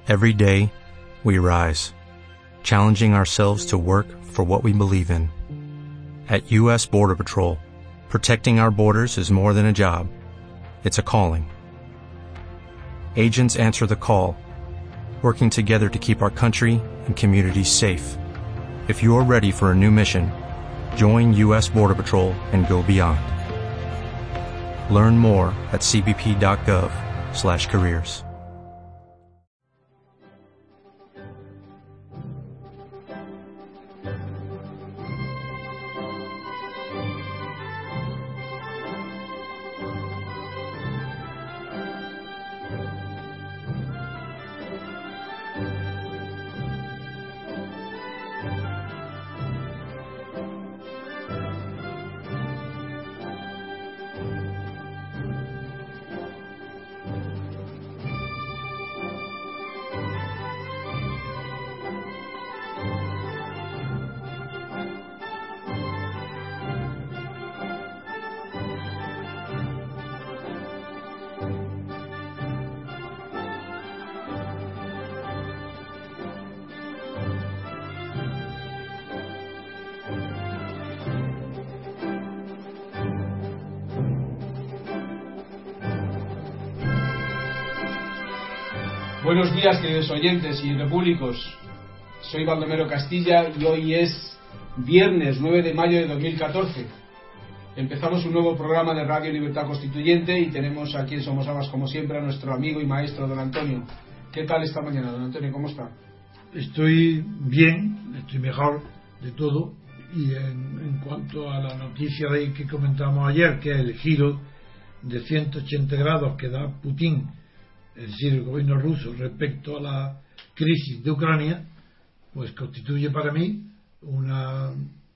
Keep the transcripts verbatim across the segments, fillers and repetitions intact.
Every day, we rise, challenging ourselves to work for what we believe in. At U S Border Patrol, protecting our borders is more than a job. It's a calling. Agents answer the call, working together to keep our country and communities safe. If you're ready for a new mission, join U S Border Patrol and go beyond. Learn more at c b p dot gov slash careers. Buenos días, queridos oyentes y repúblicos. Soy Baldomero Castilla y hoy es viernes nueve de mayo de dos mil catorce. Empezamos un nuevo programa de Radio Libertad Constituyente y tenemos aquí en Somosabas, como siempre, a nuestro amigo y maestro, don Antonio. ¿Qué tal esta mañana, don Antonio? ¿Cómo está? Estoy bien, estoy mejor de todo. Y en, en cuanto a la noticia de que comentamos ayer, que es el giro de ciento ochenta grados que da Putin, es decir, el gobierno ruso, respecto a la crisis de Ucrania, pues constituye para mí una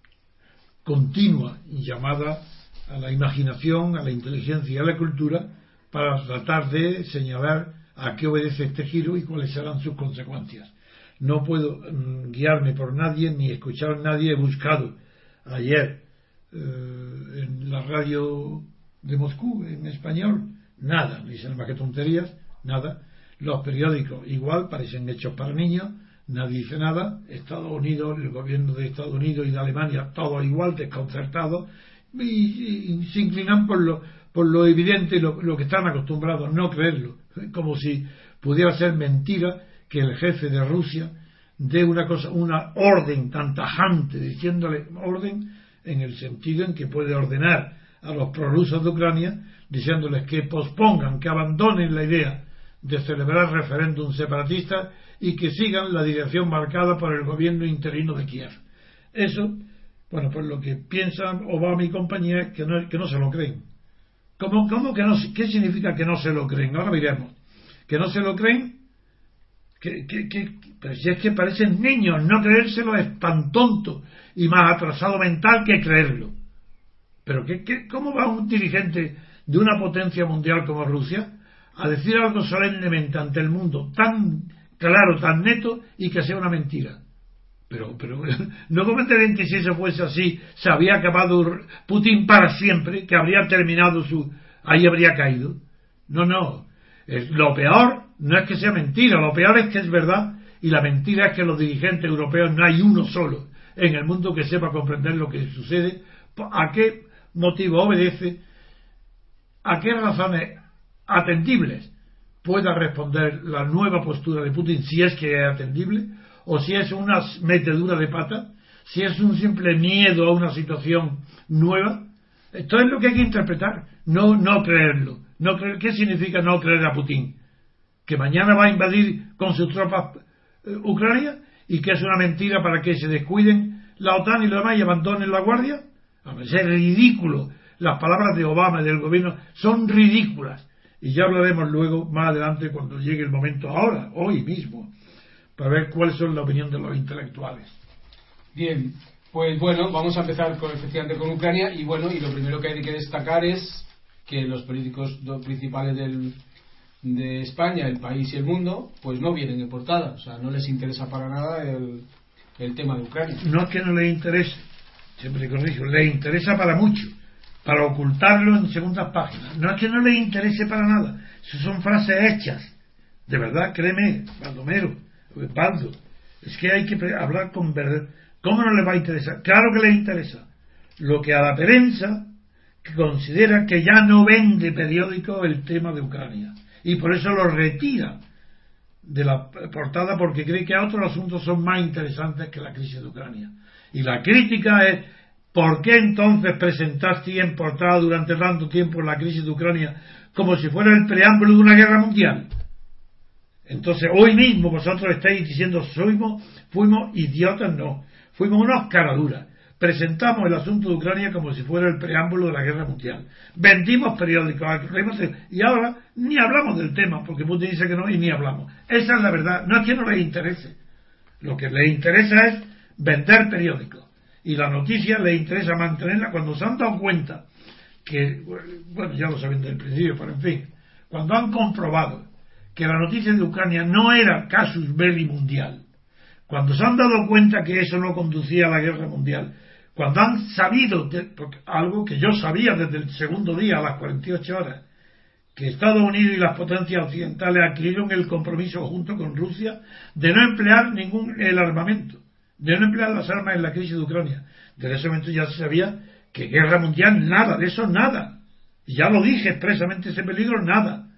continua llamada a la imaginación, a la inteligencia y a la cultura para tratar de señalar a qué obedece este giro y cuáles serán sus consecuencias. No puedo mm, guiarme por nadie ni escuchar a nadie. He buscado ayer eh, en la radio de Moscú, en español, nada, ni dicen más que tonterías. Nada. Los periódicos igual, parecen hechos para niños, nadie dice nada. Estados Unidos, el gobierno de Estados Unidos y de Alemania, todo igual, desconcertados, y, y, y se inclinan por lo, por lo evidente y lo, lo que están acostumbrados, no creerlo, como si pudiera ser mentira que el jefe de Rusia dé una cosa, una orden tan tajante, diciéndole orden en el sentido en que puede ordenar a los prorrusos de Ucrania, diciéndoles que pospongan, que abandonen la idea de celebrar referéndum separatista y que sigan la dirección marcada por el gobierno interino de Kiev. Eso, bueno, pues lo que piensan Obama y compañía es que no, que no se lo creen. ¿Cómo, cómo que no? ¿Qué significa que no se lo creen? Ahora miremos. ¿Que no se lo creen? Que, que, que, pero si es que parecen niños, no creérselo es tan tonto y más atrasado mental que creerlo. Pero que, que, ¿cómo va un dirigente de una potencia mundial como Rusia a decir algo solemnemente ante el mundo tan claro, tan neto, y que sea una mentira? Pero, pero no comentarán que si eso fuese así se había acabado Putin para siempre, que habría terminado su, ahí habría caído. No, no, es, lo peor no es que sea mentira, lo peor es que es verdad, y la mentira es que los dirigentes europeos no hay uno solo en el mundo que sepa comprender lo que sucede, a qué motivo obedece, a qué razones atendibles pueda responder la nueva postura de Putin, si es que es atendible, o si es una metedura de pata, si es un simple miedo a una situación nueva. Esto es lo que hay que interpretar, no, no creerlo. No creer, ¿qué significa no creer a Putin? ¿Que mañana va a invadir con sus tropas eh, Ucrania y que es una mentira para que se descuiden la OTAN y lo demás y abandonen la guardia? A ver, es ridículo. Las palabras de Obama y del gobierno son ridículas. Y ya hablaremos luego, más adelante, cuando llegue el momento, ahora, hoy mismo, para ver cuáles son la opinión de los intelectuales. Bien, pues bueno, vamos a empezar con, efectivamente con Ucrania. Y bueno, y lo primero que hay que destacar es que los políticos principales del, de España, el país y el mundo, pues no vienen en portada. O sea, no les interesa para nada el, el tema de Ucrania. No es que no les interese, siempre corrijo, les interesa para mucho, para ocultarlo en segundas páginas. No es que no les interese para nada, son frases hechas De verdad, créeme, Baldomero, Baldo, es que hay que hablar con verdad. ¿Cómo no les va a interesar? Claro que les interesa. Lo que a la prensa, que considera que ya no vende periódico el tema de Ucrania, y por eso lo retira de la portada, porque cree que otros asuntos son más interesantes que la crisis de Ucrania. Y la crítica es: ¿por qué entonces presentaste en portada durante tanto tiempo la crisis de Ucrania como si fuera el preámbulo de una guerra mundial? Entonces hoy mismo vosotros estáis diciendo fuimos, fuimos idiotas. No, fuimos unos caraduras. Presentamos el asunto de Ucrania como si fuera el preámbulo de la guerra mundial. Vendimos periódicos y ahora ni hablamos del tema, porque Putin dice que no y ni hablamos. Esa es la verdad. No es que no les interese. Lo que les interesa es vender periódicos. Y la noticia les interesa mantenerla cuando se han dado cuenta que, bueno, ya lo saben desde el principio, pero en fin, cuando han comprobado que la noticia de Ucrania no era casus belli mundial, cuando se han dado cuenta que eso no conducía a la guerra mundial, cuando han sabido, de, algo que yo sabía desde el segundo día a las cuarenta y ocho horas, que Estados Unidos y las potencias occidentales adquirieron el compromiso junto con Rusia de no emplear ningún el armamento, de no emplear las armas en la crisis de Ucrania. Desde ese momento ya se sabía que guerra mundial, nada, de eso nada. Y ya lo dije expresamente, ese peligro, nada.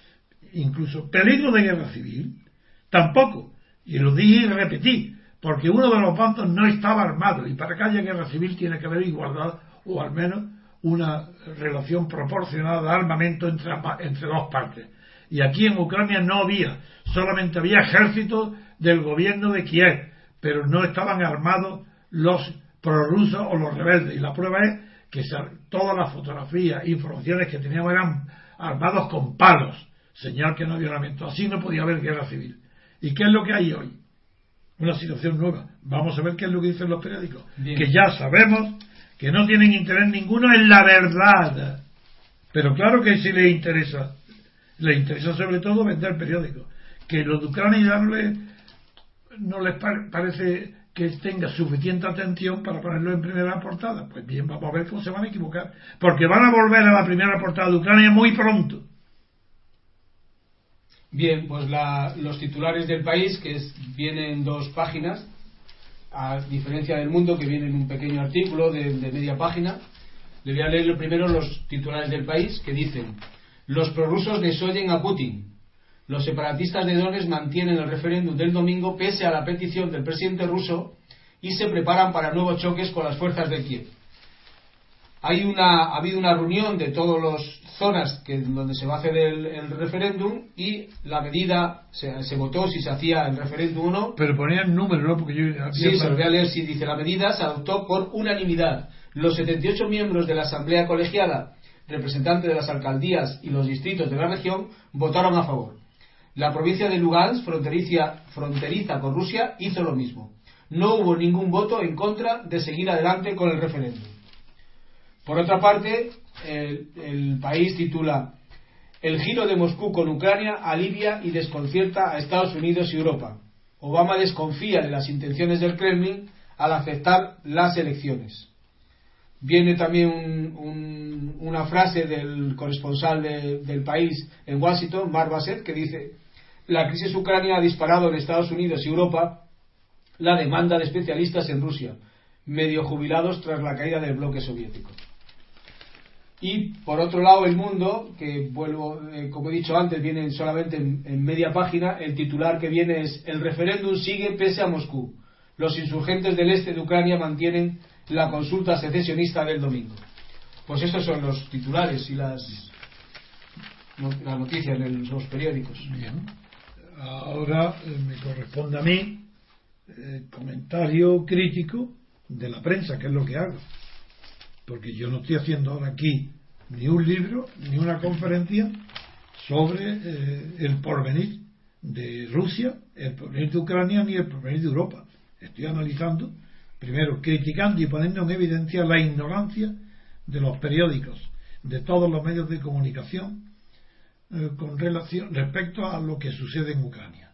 Incluso peligro de guerra civil, tampoco. Y lo dije y repetí, porque uno de los bandos no estaba armado, y para que haya guerra civil tiene que haber igualdad, o al menos una relación proporcionada de armamento entre, entre dos partes. Y aquí en Ucrania no había, solamente había ejércitos del gobierno de Kiev, pero no estaban armados los prorrusos o los rebeldes. Y la prueba es que todas las fotografías e informaciones que teníamos eran armados con palos, señal que no había armamento. Así no podía haber guerra civil. ¿Y qué es lo que hay hoy? Una situación nueva. Vamos a ver qué es lo que dicen los periódicos. Bien. Que ya sabemos que no tienen interés ninguno en la verdad. Pero claro que sí les interesa. Les interesa sobre todo vender periódicos. Que los de Ucrania ya no les, no les parece que tenga suficiente atención para ponerlo en primera portada. Pues bien, vamos a ver cómo se van a equivocar. Porque van a volver a la primera portada de Ucrania muy pronto. Bien, pues la, los titulares del País, que es, vienen en dos páginas, a diferencia del Mundo, que viene en un pequeño artículo de, de media página. Le voy a leer primero los titulares del País, que dicen: los prorrusos desoyen a Putin. Los separatistas de Donetsk mantienen el referéndum del domingo pese a la petición del presidente ruso y se preparan para nuevos choques con las fuerzas de Kiev. Hay una, ha habido una reunión de todas las zonas que, donde se va a hacer el, el referéndum, y la medida se, se votó si se hacía el referéndum o no. Pero ponían números, ¿no? Porque yo sí, se lo voy a leer. Si dice: la medida se adoptó por unanimidad. Los setenta y ocho miembros de la asamblea colegiada, representantes de las alcaldías y los distritos de la región, votaron a favor. La provincia de Lugansk, fronteriza, fronteriza con Rusia, hizo lo mismo. No hubo ningún voto en contra de seguir adelante con el referéndum. Por otra parte, el, el País titula: el giro de Moscú con Ucrania alivia y desconcierta a Estados Unidos y Europa. Obama desconfía de las intenciones del Kremlin al aceptar las elecciones. Viene también un, un, una frase del corresponsal de, del País en Washington, Mark Bassett, que dice: la crisis ucrania ha disparado en Estados Unidos y Europa la demanda de especialistas en Rusia, medio jubilados tras la caída del bloque soviético. Y por otro lado, El Mundo, que vuelvo, eh, como he dicho antes, viene solamente en, en media página. El titular que viene es: el referéndum sigue pese a Moscú. Los insurgentes del este de Ucrania mantienen la consulta secesionista del domingo. Pues estos son los titulares y las, no, las noticias en los periódicos. Bien. Ahora eh, me corresponde a mí eh, comentario crítico de la prensa, que es lo que hago. Porque yo no estoy haciendo ahora aquí ni un libro ni una conferencia sobre eh, el porvenir de Rusia, el porvenir de Ucrania ni el porvenir de Europa. Estoy analizando, primero criticando y poniendo en evidencia la ignorancia de los periódicos, de todos los medios de comunicación eh, con relación respecto a lo que sucede en Ucrania.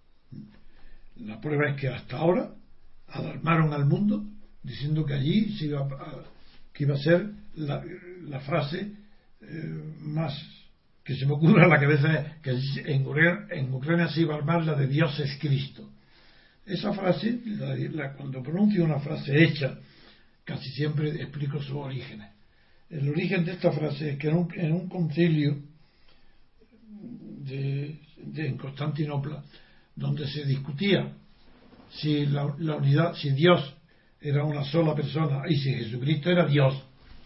La prueba es que hasta ahora alarmaron al mundo diciendo que allí se iba a, que iba a ser la, la frase eh, más que se me ocurre a la cabeza es que en Ucrania, en Ucrania se iba a armar la de Dios es Cristo. Esa frase, la, la, cuando pronuncio una frase hecha, casi siempre explico sus orígenes. El origen de esta frase es que en un, en un concilio de, de, en Constantinopla, donde se discutía si la, la unidad, si Dios era una sola persona y si Jesucristo era Dios,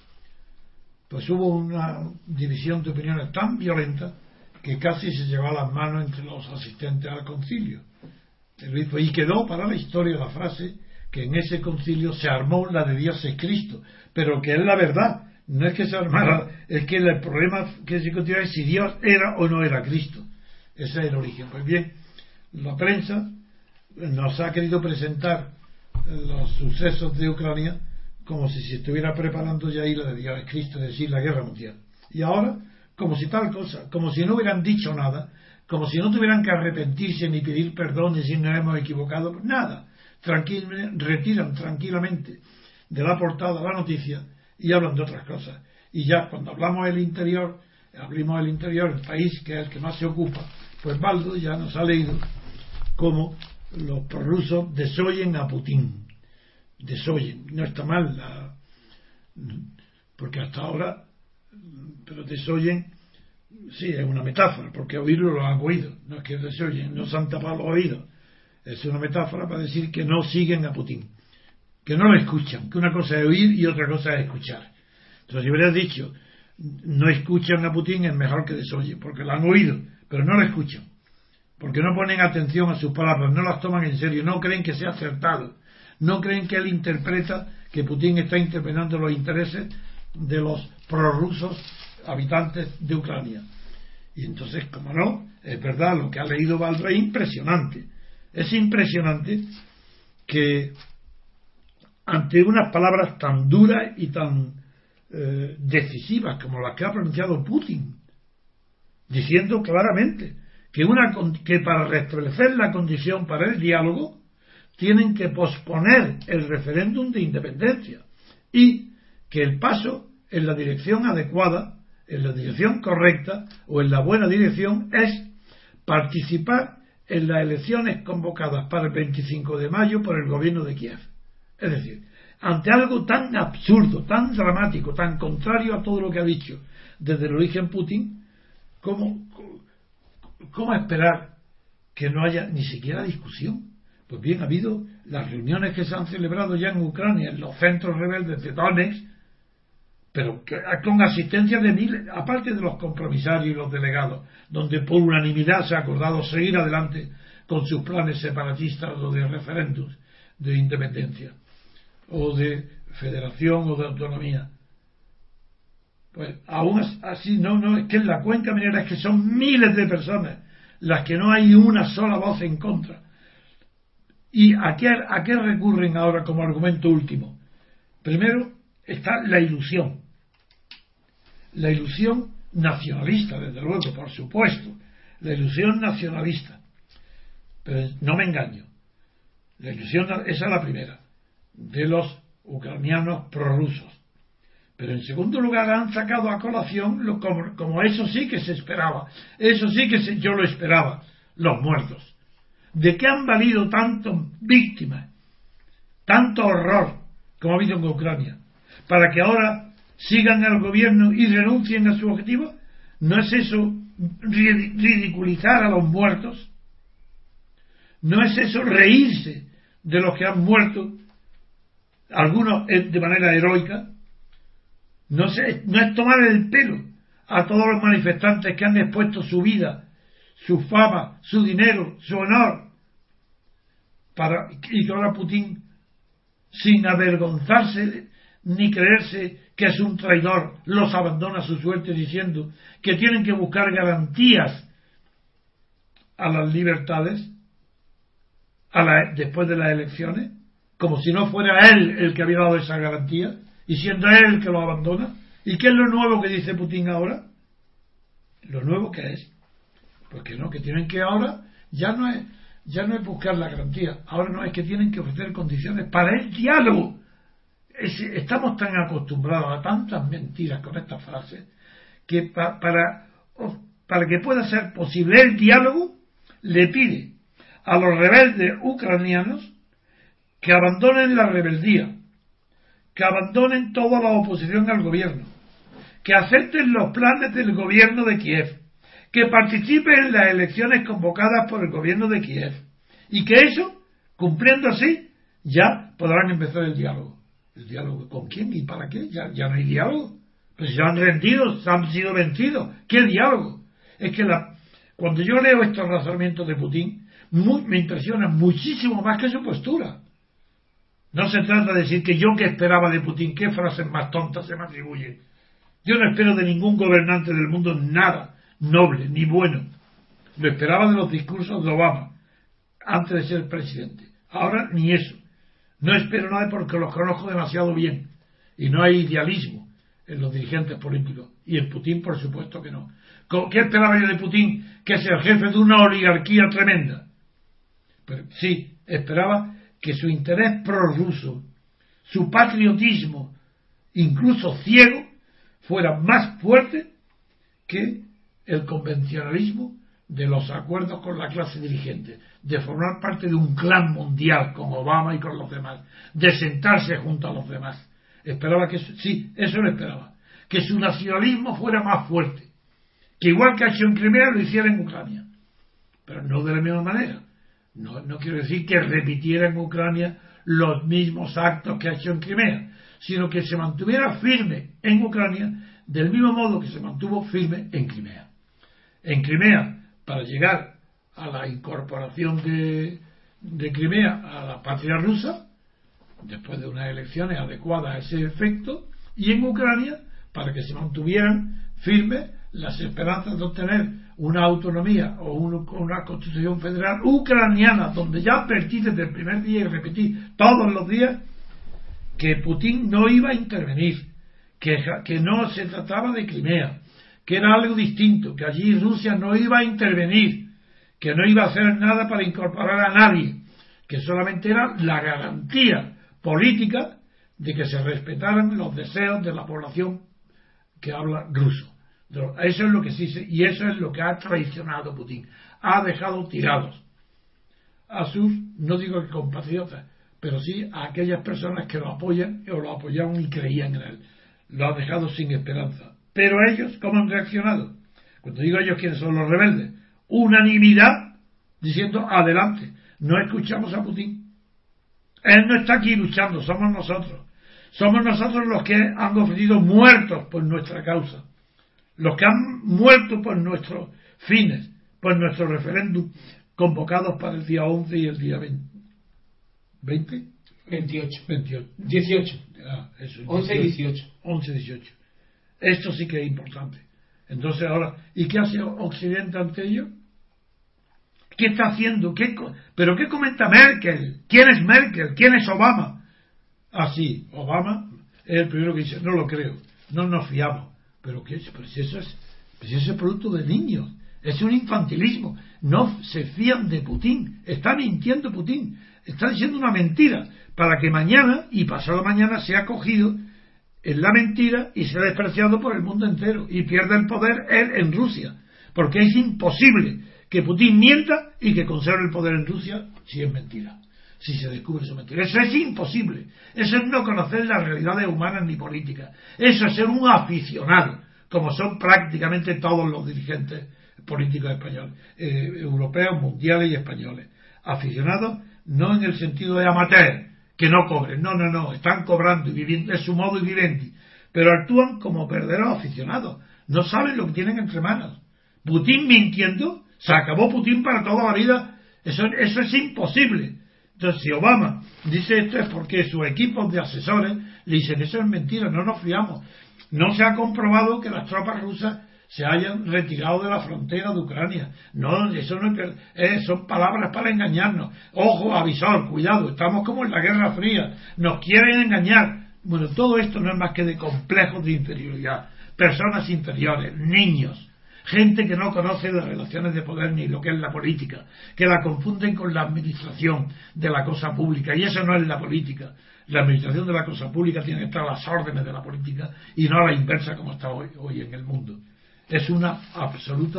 pues hubo una división de opiniones tan violenta que casi se llevaba las manos entre los asistentes al concilio. Y quedó para la historia la frase que en ese concilio se armó la de Dios es Cristo, pero que es la verdad, no es que se armara, es que el problema que se continúa es si Dios era o no era Cristo. Ese es el origen. Pues bien, la prensa nos ha querido presentar los sucesos de Ucrania como si se estuviera preparando ya ahí la de Dios es Cristo, es decir, la guerra mundial. Y ahora, como si tal cosa, como si no hubieran dicho nada, como si no tuvieran que arrepentirse ni pedir perdón, ni si nos hemos equivocado, pues nada, tranquil, retiran tranquilamente de la portada la noticia y hablan de otras cosas. Y ya cuando hablamos del interior, abrimos el interior, el país que es el que más se ocupa, pues Baldo ya nos ha leído cómo los prorrusos desoyen a Putin. Desoyen, no está mal, la, porque hasta ahora, pero desoyen, sí, es una metáfora, porque oírlo lo han oído, no es que desoyen, no se han tapado los oídos, es una metáfora para decir que no siguen a Putin, que no lo escuchan, que una cosa es oír y otra cosa es escuchar. Entonces, si hubieras dicho, no escuchan a Putin, es mejor que desoyen, porque lo han oído, pero no lo escuchan, porque no ponen atención a sus palabras, no las toman en serio, no creen que sea acertado. No creen que él interpreta, que Putin está interpretando los intereses de los prorrusos habitantes de Ucrania. Y entonces, como no, es verdad, lo que ha leído Baldo es impresionante. Es impresionante que ante unas palabras tan duras y tan eh, decisivas como las que ha pronunciado Putin, diciendo claramente que, una, que para restablecer la condición para el diálogo tienen que posponer el referéndum de independencia y que el paso en la dirección adecuada, en la dirección correcta o en la buena dirección es participar en las elecciones convocadas para el veinticinco de mayo por el gobierno de Kiev. Es decir, ante algo tan absurdo, tan dramático, tan contrario a todo lo que ha dicho desde el origen Putin, ¿cómo, cómo esperar que no haya ni siquiera discusión? Pues bien, ha habido las reuniones que se han celebrado ya en Ucrania, en los centros rebeldes de Donetsk, pero que, con asistencia de miles, aparte de los compromisarios y los delegados, donde por unanimidad se ha acordado seguir adelante con sus planes separatistas o de referéndums de independencia, o de federación o de autonomía. Pues aún así, no, no, es que en la cuenca minera es que son miles de personas las que no hay una sola voz en contra. ¿Y a qué, a qué recurren ahora como argumento último? Primero está la ilusión. La ilusión nacionalista, desde luego, por supuesto. La ilusión nacionalista. Pero no me engaño. La ilusión, esa es la primera, de los ucranianos prorrusos. Pero en segundo lugar han sacado a colación, lo, como, como eso sí que se esperaba. Eso sí que se, yo lo esperaba. Los muertos. ¿De qué han valido tantas víctimas, tanto horror como ha habido en Ucrania, para que ahora sigan al gobierno y renuncien a su objetivo? ¿No es eso ridiculizar a los muertos? ¿No es eso reírse de los que han muerto, algunos de manera heroica? ¿No, se, no es tomar el pelo a todos los manifestantes que han expuesto su vida, su fama, su dinero, su honor, para, y que ahora Putin, sin avergonzarse ni creerse que es un traidor, los abandona a su suerte diciendo que tienen que buscar garantías a las libertades a la, después de las elecciones, como si no fuera él el que había dado esa garantía y siendo él el que lo abandona? ¿Y qué es lo nuevo que dice Putin ahora? ¿Lo nuevo que es? Pues que no, que tienen que ahora, ya no es ya no es buscar la garantía, ahora no, es que tienen que ofrecer condiciones para el diálogo. Es, estamos tan acostumbrados a tantas mentiras con estas frases que pa, para para que pueda ser posible el diálogo, le pide a los rebeldes ucranianos que abandonen la rebeldía, que abandonen toda la oposición al gobierno, que acepten los planes del gobierno de Kiev, que participen en las elecciones convocadas por el gobierno de Kiev, y que eso, cumpliendo así, ya podrán empezar el diálogo. ¿El diálogo con quién y para qué? Ya, ya no hay diálogo. Pues se han rendido, se han sido vencidos. ¿Qué diálogo? Es que la, cuando yo leo estos razonamientos de Putin, muy, me impresiona muchísimo más que su postura. No se trata de decir que yo que esperaba de Putin, qué frases más tontas se me atribuyen. Yo no espero de ningún gobernante del mundo nada noble ni bueno. Lo esperaba de los discursos de Obama antes de ser presidente. Ahora ni eso. No espero nada porque los conozco demasiado bien y no hay idealismo en los dirigentes políticos, y en Putin por supuesto que no. ¿Qué esperaba yo de Putin? Que es el jefe de una oligarquía tremenda. Pero sí, esperaba que su interés prorruso, su patriotismo, incluso ciego, fuera más fuerte que el convencionalismo de los acuerdos con la clase dirigente, de formar parte de un clan mundial con Obama y con los demás, de sentarse junto a los demás. Esperaba que, sí, eso lo esperaba, que su nacionalismo fuera más fuerte, que igual que ha hecho en Crimea lo hiciera en Ucrania, pero no de la misma manera. No, no quiero decir que repitiera en Ucrania los mismos actos que ha hecho en Crimea, sino que se mantuviera firme en Ucrania del mismo modo que se mantuvo firme en Crimea. En Crimea, para llegar a la incorporación de, de Crimea a la patria rusa, después de unas elecciones adecuadas a ese efecto, y en Ucrania, para que se mantuvieran firmes las esperanzas de obtener una autonomía o un, una constitución federal ucraniana, donde ya advertí desde el primer día y repetí todos los días que Putin no iba a intervenir, que, que no se trataba de Crimea, que era algo distinto, que allí Rusia no iba a intervenir, que no iba a hacer nada para incorporar a nadie, que solamente era la garantía política de que se respetaran los deseos de la población que habla ruso. Eso es lo que sí se, y eso es lo que ha traicionado Putin. Ha dejado tirados a sus, no digo que compatriotas, pero sí a aquellas personas que lo apoyan o lo apoyaban y creían en él. Lo ha dejado sin esperanza. Pero ellos, ¿cómo han reaccionado? Cuando digo ellos, ¿quiénes son los rebeldes? Unanimidad, diciendo adelante. No escuchamos a Putin. Él no está aquí luchando, somos nosotros. Somos nosotros los que han ofrecido muertos por nuestra causa. Los que han muerto por nuestros fines, por nuestro referéndum convocados para el día once y el día veinte. ¿veinte? veintiocho. veintiocho. dieciocho. Ah, eso, once y dieciocho. once y dieciocho. Esto sí que es importante. Entonces ahora, ¿y qué hace Occidente ante ello? ¿Qué está haciendo? ¿Qué, ¿Pero qué comenta Merkel? ¿Quién es Merkel? ¿Quién es Obama? Ah, sí, Obama es el primero que dice, no lo creo, no nos fiamos. Pero, ¿qué? Pero si eso es, si eso es producto de niños, es un infantilismo. No se fían de Putin, está mintiendo Putin, está diciendo una mentira para que mañana y pasado mañana sea cogido en la mentira y sea despreciado por el mundo entero y pierda el poder él en Rusia, porque es imposible que Putin mienta y que conserve el poder en Rusia si es mentira, si se descubre su mentira. Eso es imposible. Eso es no conocer las realidades humanas ni políticas. Eso es ser un aficionado, como son prácticamente todos los dirigentes políticos españoles, eh, europeos, mundiales y españoles. Aficionados no en el sentido de amateur, que no cobren, no, no, no, están cobrando y viviendo, es su modo y vivendi, pero actúan como verdaderos aficionados, no saben lo que tienen entre manos. Putin mintiendo, se acabó Putin para toda la vida, eso, eso es imposible. Entonces, si Obama dice esto es porque sus equipos de asesores le dicen eso es mentira, no nos fiamos. No se ha comprobado que las tropas rusas se hayan retirado de la frontera de Ucrania. No, eso no es, eh, son palabras para engañarnos. Ojo, avisor, cuidado, estamos como en la Guerra Fría, nos quieren engañar. Bueno, todo esto no es más que de complejos de inferioridad. Personas inferiores, niños, gente que no conoce las relaciones de poder ni lo que es la política, que la confunden con la administración de la cosa pública, y eso no es la política. La administración de la cosa pública tiene que estar a las órdenes de la política y no a la inversa como está hoy, hoy en el mundo. Es una absoluta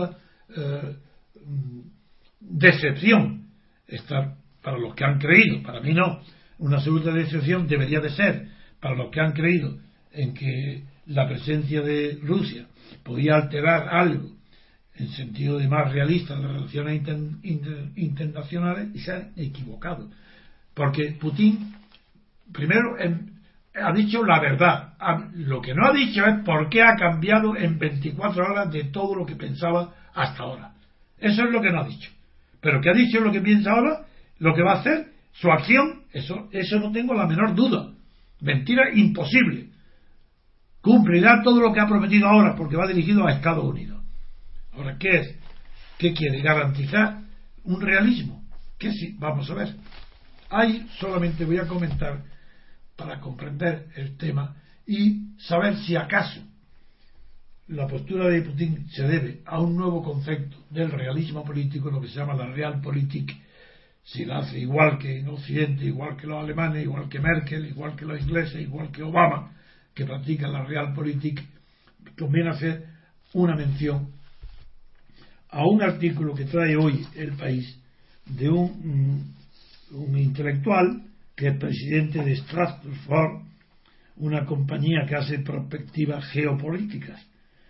eh, decepción estar para los que han creído, para mí no, una absoluta decepción debería de ser para los que han creído en que la presencia de Rusia podía alterar algo en sentido de más realista en las relaciones inter, inter, internacionales, y se han equivocado, porque Putin primero en, ha dicho la verdad. Lo que no ha dicho es por qué ha cambiado en veinticuatro horas de todo lo que pensaba hasta ahora. Eso es lo que no ha dicho. Pero que ha dicho lo que piensa ahora, lo que va a hacer, su acción, eso, eso no tengo la menor duda. Mentira imposible. Cumplirá todo lo que ha prometido ahora, porque va dirigido a Estados Unidos. Ahora, ¿qué es? ¿Qué quiere? ¿Garantizar un realismo? ¿Qué sí? Vamos a ver. Ahí solamente voy a comentar para comprender el tema y saber si acaso la postura de Putin se debe a un nuevo concepto del realismo político, lo que se llama la Realpolitik, si la hace igual que en Occidente, igual que los alemanes, igual que Merkel, igual que los ingleses, igual que Obama, que practican la Realpolitik. Conviene hacer una mención a un artículo que trae hoy El País de un, un intelectual que es presidente de Stratford, una compañía que hace perspectivas geopolíticas.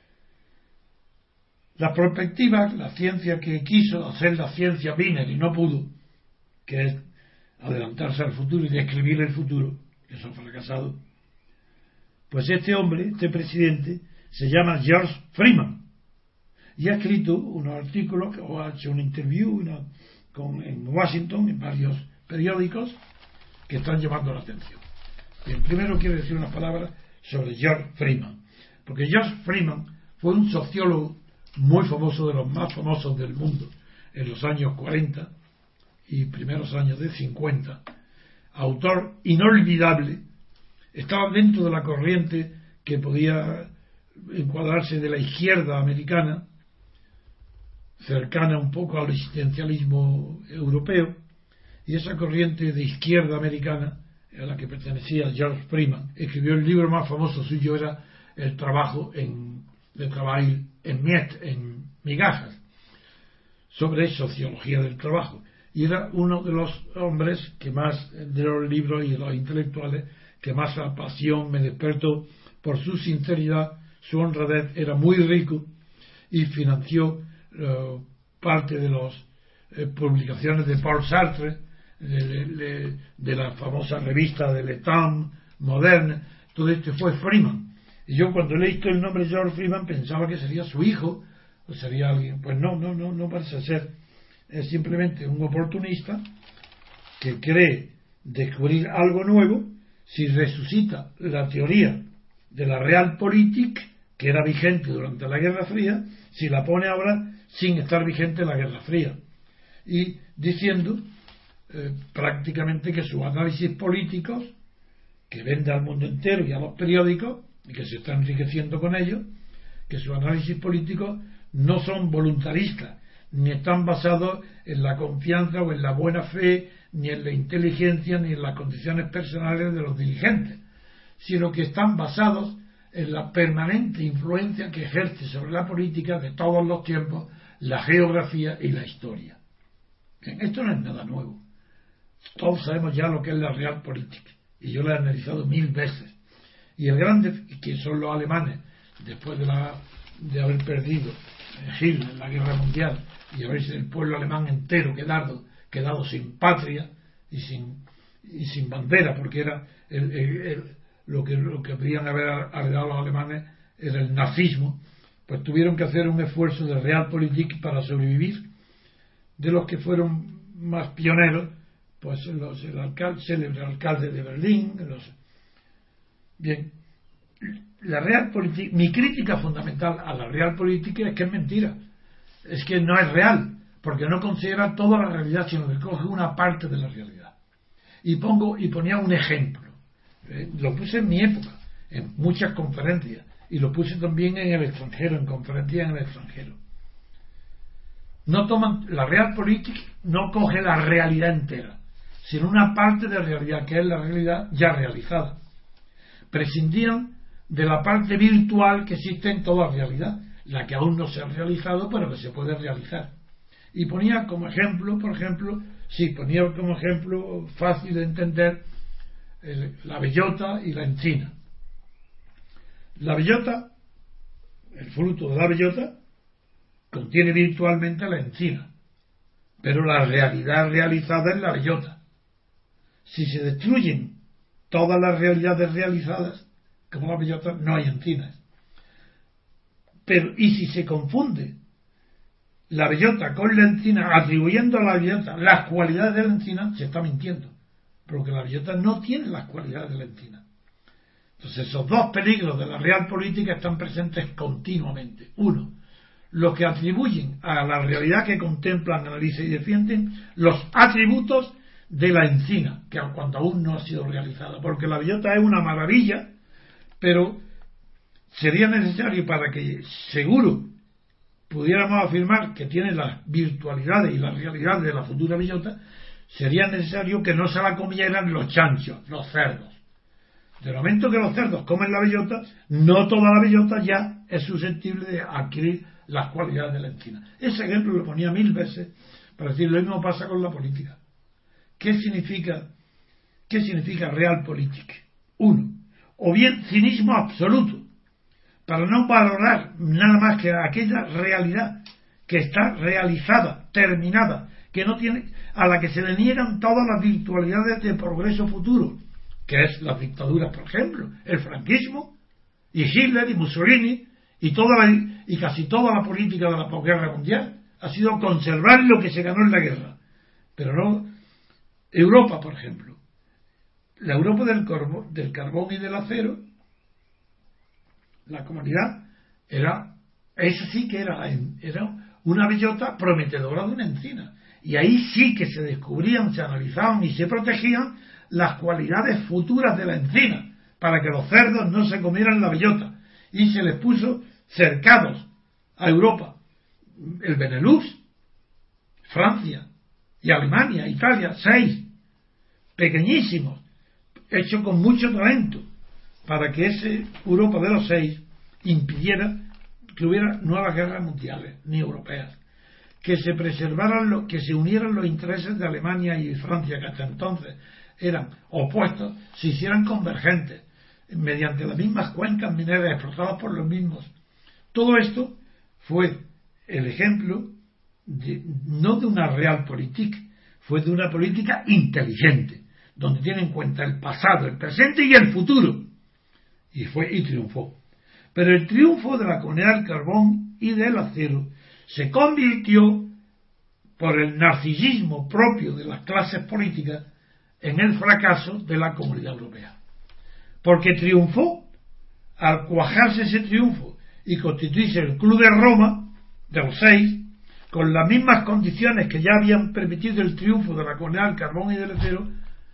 Las perspectivas, la ciencia que quiso hacer la ciencia Wiener y no pudo, que es adelantarse al futuro y describir el futuro, eso ha fracasado. Pues este hombre, este presidente, se llama George Freeman y ha escrito unos artículos o ha hecho una interview una, con, en Washington, en varios periódicos que están llamando la atención. Bien, primero quiero decir unas palabras sobre George Freeman, porque George Freeman fue un sociólogo muy famoso, de los más famosos del mundo en los años cuarenta y primeros años de cincuenta, autor inolvidable. Estaba dentro de la corriente que podía encuadrarse de la izquierda americana, cercana un poco al existencialismo europeo, y esa corriente de izquierda americana a la que pertenecía George Freeman. Escribió el libro más famoso suyo, era El trabajo en de trabajo en miet, en migajas, sobre sociología del trabajo, y era uno de los hombres que más, de los libros y de los intelectuales, que más la pasión me despertó por su sinceridad, su honradez. Era muy rico y financió uh, parte de las eh, publicaciones de Paul Sartre, de, de, de la famosa revista de L'État Moderne. Todo esto fue Freeman. Y yo cuando he leído el nombre de George Freeman pensaba que sería su hijo o sería alguien. Pues no, no, no, no parece ser. Es simplemente un oportunista que cree descubrir algo nuevo si resucita la teoría de la Realpolitik, que era vigente durante la Guerra Fría, si la pone ahora sin estar vigente en la Guerra Fría, y diciendo eh, prácticamente que sus análisis políticos, que vende al mundo entero y a los periódicos, y que se está enriqueciendo con ellos, que sus análisis políticos no son voluntaristas, ni están basados en la confianza o en la buena fe, ni en la inteligencia, ni en las condiciones personales de los dirigentes, sino que están basados en la permanente influencia que ejerce sobre la política de todos los tiempos la geografía y la historia. Bien, esto no es nada nuevo. Todos sabemos ya lo que es la Realpolitik, y yo la he analizado mil veces. Y el grande, que son los alemanes, después de, la, de haber perdido Hitler en la guerra mundial y haberse el pueblo alemán entero quedado, quedado sin patria y sin, y sin bandera, porque era el, el, el, lo que lo que podían haber heredado los alemanes era el nazismo, pues tuvieron que hacer un esfuerzo de Realpolitik para sobrevivir. De los que fueron más pioneros, pues los, el alcalde, célebre alcalde de Berlín, los. Bien, la Realpolitik, mi crítica fundamental a la Realpolitik es que es mentira, es que no es real, porque no considera toda la realidad, sino que coge una parte de la realidad. Y pongo y ponía un ejemplo, eh, lo puse en mi época, en muchas conferencias, y lo puse también en el extranjero, en conferencias en el extranjero. No toman, la Realpolitik no coge la realidad entera, sino una parte de la realidad, que es la realidad ya realizada. Prescindían de la parte virtual que existe en toda realidad. la que aún no se ha realizado, pero que se puede realizar. Y ponía como ejemplo, por ejemplo, sí, ponía como ejemplo fácil de entender el, la bellota y la encina. La bellota, el fruto de la bellota, contiene virtualmente la encina, pero la realidad realizada es la bellota. Si se destruyen todas las realidades realizadas, como la bellota, no hay encinas. Pero, y si se confunde la bellota con la encina, atribuyendo a la bellota las cualidades de la encina, se está mintiendo, porque la bellota no tiene las cualidades de la encina. Entonces, esos dos peligros de la real política están presentes continuamente. Uno, los que atribuyen a la realidad que contemplan, analizan y defienden los atributos de la encina, que cuando aún no ha sido realizada, porque la bellota es una maravilla, pero sería necesario, para que seguro pudiéramos afirmar que tiene las virtualidades y las realidades de la futura bellota, sería necesario que no se la comieran los chanchos, los cerdos. Del momento que los cerdos comen la bellota, no toda la bellota ya es susceptible de adquirir las cualidades de la encina. Ese ejemplo lo ponía mil veces para decir lo mismo pasa con la política. ¿Qué significa, qué significa realpolitik? Uno, o bien cinismo absoluto, para no valorar nada más que aquella realidad que está realizada, terminada, que no tiene, a la que se le niegan todas las virtualidades de progreso futuro, que es las dictaduras, por ejemplo, el franquismo, y Hitler y Mussolini, y toda la, y casi toda la política de la posguerra mundial ha sido conservar lo que se ganó en la guerra. Pero no Europa, por ejemplo, la Europa del, corbo, del carbón y del acero, la comunidad era, eso sí que era, era una bellota prometedora de una encina, y ahí sí que se descubrían, se analizaban y se protegían las cualidades futuras de la encina, para que los cerdos no se comieran la bellota, y se les puso cercados a Europa, el Benelux, Francia y Alemania, Italia, seis, pequeñísimos, hechos con mucho talento, para que ese Europa de los seis impidiera que hubiera nuevas guerras mundiales, ni europeas, que se preservaran, lo, que se unieran los intereses de Alemania y Francia, que hasta entonces eran opuestos, se hicieran convergentes, mediante las mismas cuencas mineras explotadas por los mismos. Todo esto fue el ejemplo de, no de una realpolitik, fue de una política inteligente, donde tiene en cuenta el pasado, el presente y el futuro, y fue y triunfó. Pero el triunfo de la comunidad del carbón y del acero se convirtió, por el narcisismo propio de las clases políticas, en el fracaso de la Comunidad Europea, porque triunfó al cuajarse ese triunfo y constituirse el Club de Roma de los seis, con las mismas condiciones que ya habían permitido el triunfo de la comunidad del carbón y del acero.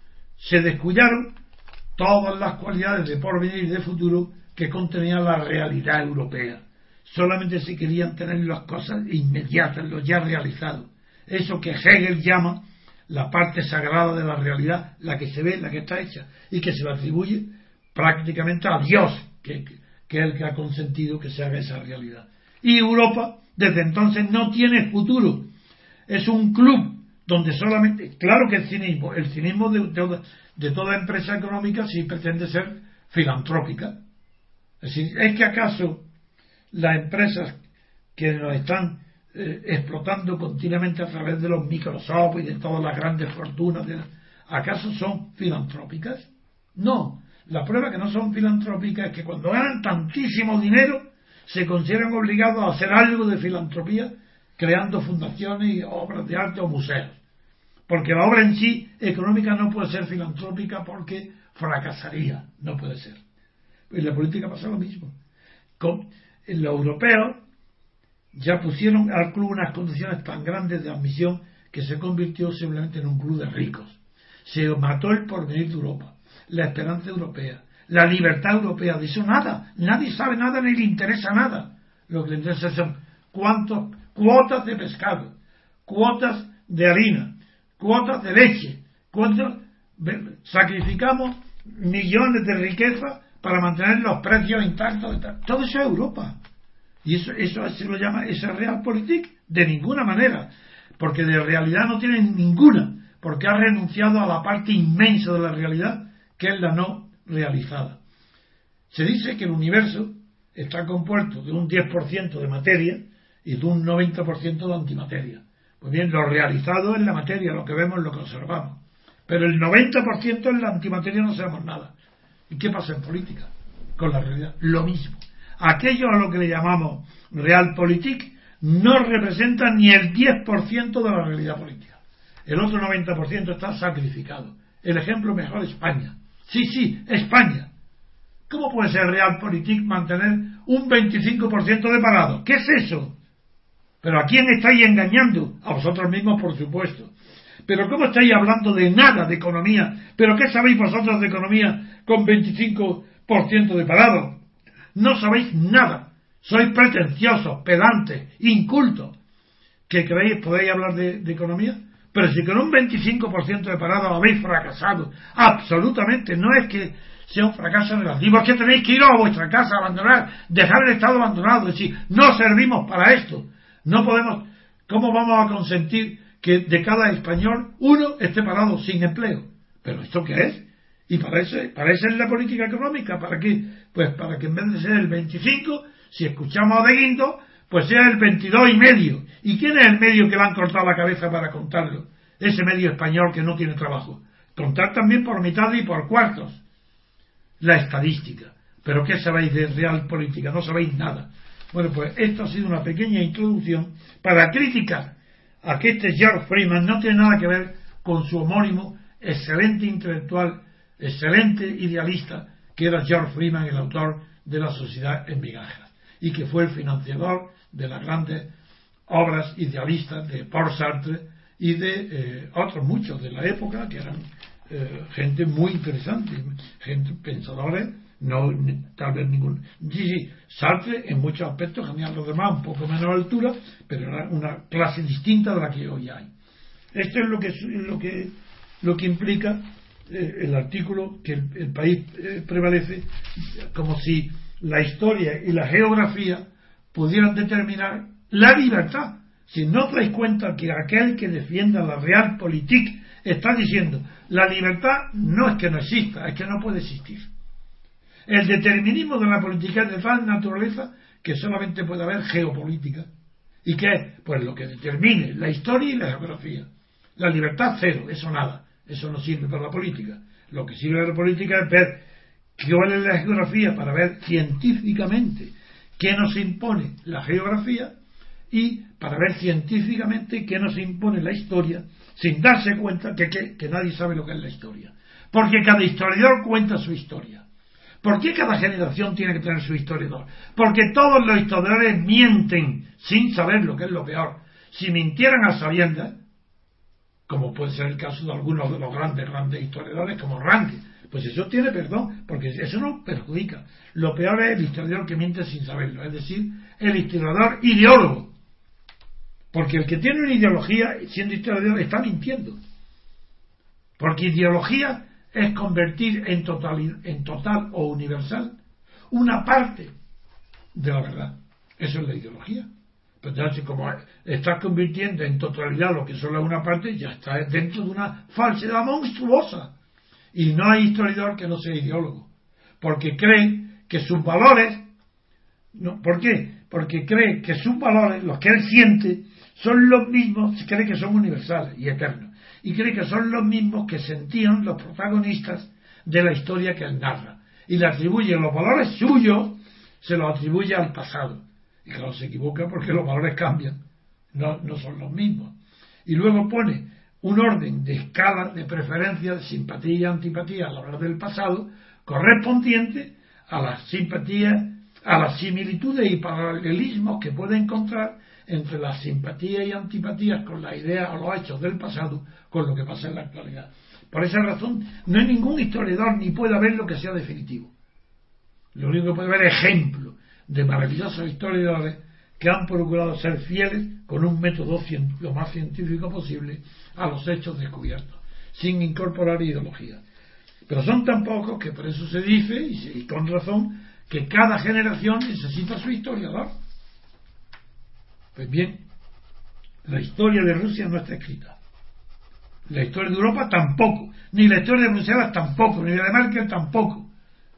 Se descuidaron todas las cualidades de porvenir y de futuro que contenía la realidad europea. Solamente se querían tener las cosas inmediatas, lo ya realizado, eso que Hegel llama la parte sagrada de la realidad, la que se ve, la que está hecha, y que se le atribuye prácticamente a Dios, que, que es el que ha consentido que se haga esa realidad. Y Europa, desde entonces, no tiene futuro. Es un club donde solamente, claro que el cinismo, el cinismo de, de, de toda empresa económica sí pretende ser filantrópica. Es decir, ¿es que acaso las empresas que nos están eh, explotando continuamente a través de los Microsoft y de todas las grandes fortunas, de, ¿acaso son filantrópicas? No. La prueba que no son filantrópicas es que cuando ganan tantísimo dinero se consideran obligados a hacer algo de filantropía, creando fundaciones y obras de arte o museos. Porque la obra en sí económica no puede ser filantrópica porque fracasaría, no puede ser. En la política pasa lo mismo. Con, en los europeos ya pusieron al club unas condiciones tan grandes de admisión que se convirtió simplemente en un club de ricos. Se mató el porvenir de Europa, la esperanza europea, la libertad europea. De eso nada, nadie sabe nada ni le interesa nada. Lo que le interesa son cuántos, cuotas de pescado, cuotas de harina, cuotas de leche, cuántos, sacrificamos millones de riqueza para mantener los precios intactos. Todo eso es Europa. Y eso, eso se lo llama esa realpolitik. De ninguna manera, porque de realidad no tiene ninguna, porque ha renunciado a la parte inmensa de la realidad, que es la no realizada. Se dice que el universo está compuesto de un diez por ciento de materia y de un noventa por ciento de antimateria. Pues bien, lo realizado es la materia, lo que vemos, lo que observamos. Pero el noventa por ciento en la antimateria no sabemos nada. ¿Y qué pasa en política? Con la realidad, lo mismo. Aquello a lo que le llamamos realpolitik no representa ni el diez por ciento de la realidad política. El otro noventa por ciento está sacrificado. El ejemplo mejor es España. Sí, sí, España. ¿Cómo puede ser realpolitik mantener un veinticinco por ciento de parados? ¿Qué es eso? ¿Pero a quién estáis engañando? A vosotros mismos, por supuesto. ¿Pero cómo estáis hablando de nada de economía? ¿Pero qué sabéis vosotros de economía con veinticinco por ciento de parados? No sabéis nada. Sois pretenciosos, pedantes, incultos. ¿Qué creéis? ¿Podéis hablar de, de economía? Pero si con un veinticinco por ciento de parados habéis fracasado, absolutamente, no es que sea un fracaso relativo, es que tenéis que ir a vuestra casa, abandonar, dejar el Estado abandonado, es decir, no servimos para esto. No podemos, ¿cómo vamos a consentir que de cada español uno esté parado sin empleo? ¿Pero esto qué es? Y para eso, para eso es la política económica. ¿Para qué? Pues para que en vez de ser el veinticinco, si escuchamos a De Guindos, pues sea el veintidós y medio. ¿Y quién es el medio que le han cortado la cabeza para contarlo? Ese medio español que no tiene trabajo. Contar también por mitad y por cuartos. La estadística. ¿Pero qué sabéis de realpolitik? No sabéis nada. Bueno, pues esto ha sido una pequeña introducción para criticar a que este George Friedman no tiene nada que ver con su homónimo, excelente intelectual, excelente idealista, que era George Friedman, el autor de La sociedad en migajas, y que fue el financiador de las grandes obras idealistas de Paul Sartre y de eh, otros muchos de la época, que eran eh, gente muy interesante, gente pensadores. No, tal vez ningún. Sí, sí, Sartre en muchos aspectos, genial los demás, un poco menos altura, pero era una clase distinta de la que hoy hay. Esto es lo que lo que lo que implica eh, el artículo que el, el país eh, prevalece, como si la historia y la geografía pudieran determinar la libertad. Si no os dais cuenta que aquel que defienda la realpolitik está diciendo la libertad no es que no exista, es que no puede existir. El determinismo de la política es de tal naturaleza que solamente puede haber geopolítica. ¿Y qué es? Pues lo que determine la historia y la geografía. La libertad, cero, eso nada. Eso no sirve para la política. Lo que sirve para la política es ver cuál es la geografía, para ver científicamente qué nos impone la geografía y para ver científicamente qué nos impone la historia, sin darse cuenta que, que, que nadie sabe lo que es la historia. Porque cada historiador cuenta su historia. ¿Por qué cada generación tiene que tener su historiador? Porque todos los historiadores mienten sin saber lo que es lo peor. Si mintieran a sabiendas, como puede ser el caso de algunos de los grandes, grandes historiadores como Ranke, pues eso tiene perdón, porque eso no perjudica. Lo peor es el historiador que miente sin saberlo, es decir, el historiador ideólogo. Porque el que tiene una ideología, siendo historiador, está mintiendo. Porque ideología es convertir en total, en total o universal una parte de la verdad. Eso es la ideología. Pero entonces, como estás convirtiendo en totalidad lo que solo es una parte, ya estás dentro de una falsedad monstruosa. Y no hay historiador que no sea ideólogo, porque cree que sus valores, no, ¿por qué? Porque cree que sus valores, los que él siente, son los mismos, cree que son universales y eternos. Y cree que son los mismos que sentían los protagonistas de la historia que él narra. Y le atribuye los valores suyos, se los atribuye al pasado. Y claro, se equivoca porque los valores cambian, no, no son los mismos. Y luego pone un orden de escala de preferencia, de simpatía y antipatía a la hora del pasado, correspondiente a las simpatías, a las similitudes y paralelismos que puede encontrar entre las simpatías y antipatías con las ideas o los hechos del pasado con lo que pasa en la actualidad. Por esa razón no hay ningún historiador ni puede haber lo que sea definitivo. Lo único que puede haber es ejemplos de maravillosos historiadores que han procurado ser fieles con un método lo más científico posible a los hechos descubiertos, sin incorporar ideología. Pero son tan pocos que por eso se dice, y con razón, que cada generación necesita su historiador. Pues bien, la historia de Rusia no está escrita. La historia de Europa tampoco. Ni la historia de Bruselas tampoco. Ni la de Merkel tampoco.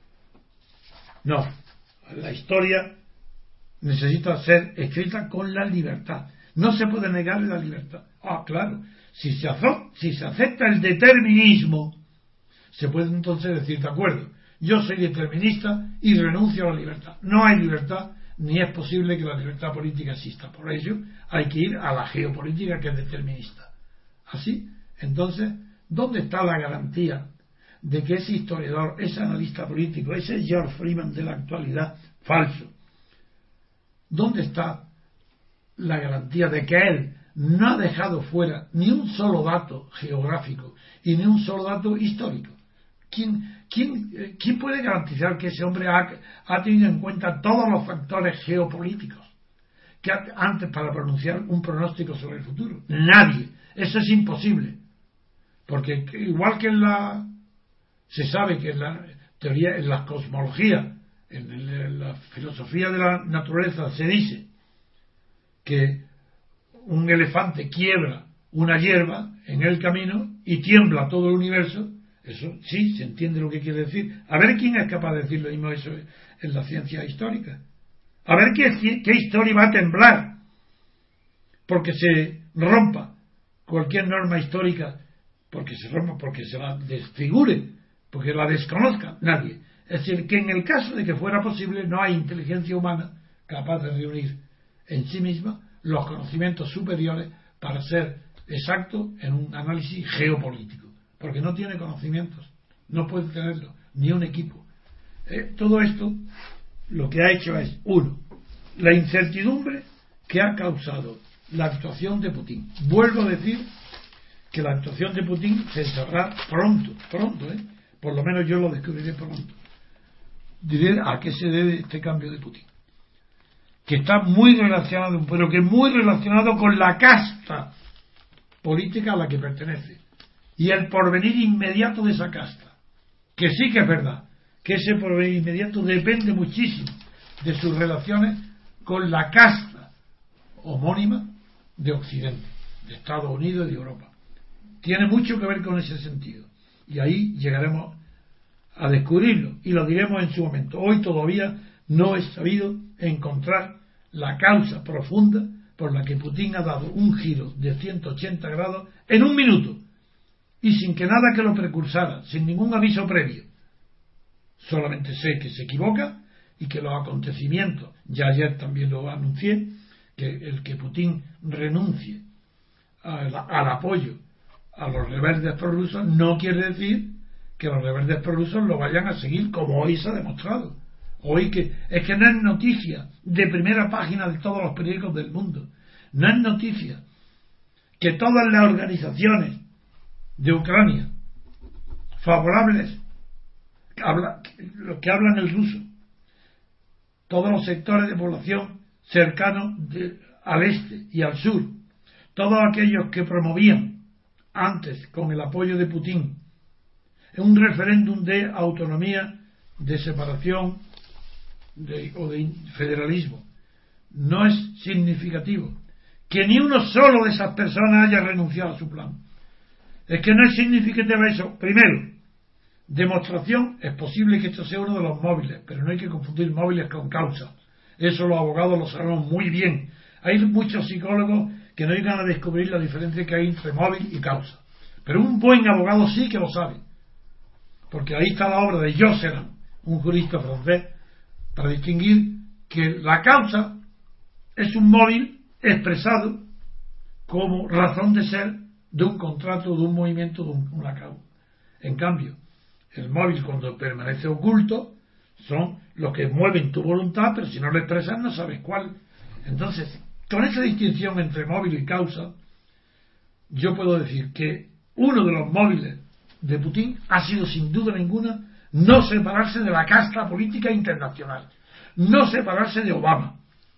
No. La historia necesita ser escrita con la libertad. No se puede negar la libertad. Ah, claro. Si se, azo- si se acepta el determinismo, se puede entonces decir, de acuerdo, yo soy determinista y renuncio a la libertad. No hay libertad, ni es posible que la libertad política exista. Por ello, hay que ir a la geopolítica, que es determinista. Así, entonces, ¿dónde está la garantía de que ese historiador, ese analista político, ese George Freeman de la actualidad, falso, ¿dónde está la garantía de que él no ha dejado fuera ni un solo dato geográfico y ni un solo dato histórico? ¿Quién, quién, quién puede garantizar que ese hombre ha, ha tenido en cuenta todos los factores geopolíticos que ha, antes para pronunciar un pronóstico sobre el futuro? Nadie. Eso es imposible. Porque igual que en la se sabe que en la teoría, en la cosmología, en, en la filosofía de la naturaleza se dice que un elefante quiebra una hierba en el camino y tiembla todo el universo. Eso sí, se entiende lo que quiere decir. A ver quién es capaz de decir lo mismo eso en la ciencia histórica. A ver qué, qué historia va a temblar porque se rompa cualquier norma histórica, porque se rompa, porque se la desfigure, porque la desconozca nadie. Es decir, que en el caso de que fuera posible, no hay inteligencia humana capaz de reunir en sí misma los conocimientos superiores para ser exacto en un análisis geopolítico, porque no tiene conocimientos, no puede tenerlo, ni un equipo. Eh, todo esto lo que ha hecho es, uno, la incertidumbre que ha causado la actuación de Putin. Vuelvo a decir que la actuación de Putin se sabrá pronto, pronto, ¿eh? Por lo menos yo lo descubriré pronto. Diré a qué se debe este cambio de Putin, que está muy relacionado, pero que muy relacionado con la casta política a la que pertenece y el porvenir inmediato de esa casta, que sí que es verdad que ese porvenir inmediato depende muchísimo de sus relaciones con la casta homónima de Occidente, de Estados Unidos y de Europa. Tiene mucho que ver con ese sentido y ahí llegaremos a descubrirlo y lo diremos en su momento. Hoy todavía no he sabido encontrar la causa profunda por la que Putin ha dado un giro de ciento ochenta grados en un minuto y sin que nada que lo precursara, sin ningún aviso previo. Solamente sé que se equivoca y que los acontecimientos, ya ayer también lo anuncié, que el que Putin renuncie al, al apoyo a los rebeldes prorrusos no quiere decir que los rebeldes prorrusos lo vayan a seguir, como hoy se ha demostrado. Hoy que es que no es noticia de primera página de todos los periódicos del mundo, no es noticia que todas las organizaciones de Ucrania favorables que, habla, que, que hablan el ruso, todos los sectores de población cercanos de, al este y al sur, todos aquellos que promovían antes con el apoyo de Putin un referéndum de autonomía, de separación de, o de federalismo, no es significativo que ni uno solo de esas personas haya renunciado a su plan. Es que no es significativo eso. Primero, demostración, es posible que esto sea uno de los móviles, pero no hay que confundir móviles con causa. Eso los abogados lo sabemos muy bien. Hay muchos psicólogos que no llegan a descubrir la diferencia que hay entre móvil y causa, pero un buen abogado sí que lo sabe, porque ahí está la obra de Josselin, un jurista francés, para distinguir que la causa es un móvil expresado como razón de ser de un contrato, de un movimiento, de un, una causa. En cambio, el móvil, cuando permanece oculto, son los que mueven tu voluntad, pero si no lo expresas no sabes cuál. Entonces, con esa distinción entre móvil y causa, yo puedo decir que uno de los móviles de Putin ha sido sin duda ninguna no separarse de la casta política internacional, no separarse de Obama,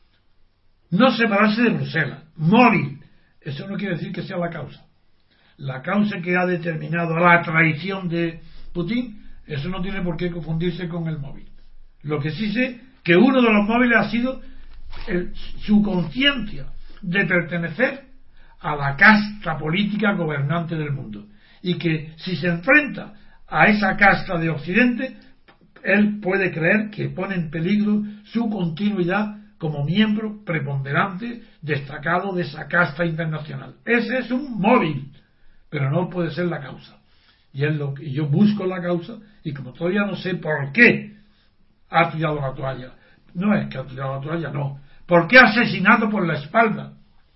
no separarse de Bruselas. Móvil, eso no quiere decir que sea la causa. La causa que ha determinado la traición de Putin, eso no tiene por qué confundirse con el móvil. Lo que sí sé que uno de los móviles ha sido el, su conciencia de pertenecer a la casta política gobernante del mundo, y que si se enfrenta a esa casta de Occidente, él puede creer que pone en peligro su continuidad como miembro preponderante, destacado de esa casta internacional. Ese es un móvil, pero no puede ser la causa. Y, es lo que, y yo busco la causa, y como todavía no sé por qué ha tirado la toalla, no es que ha tirado la toalla, no, ¿por qué ha asesinado por la espalda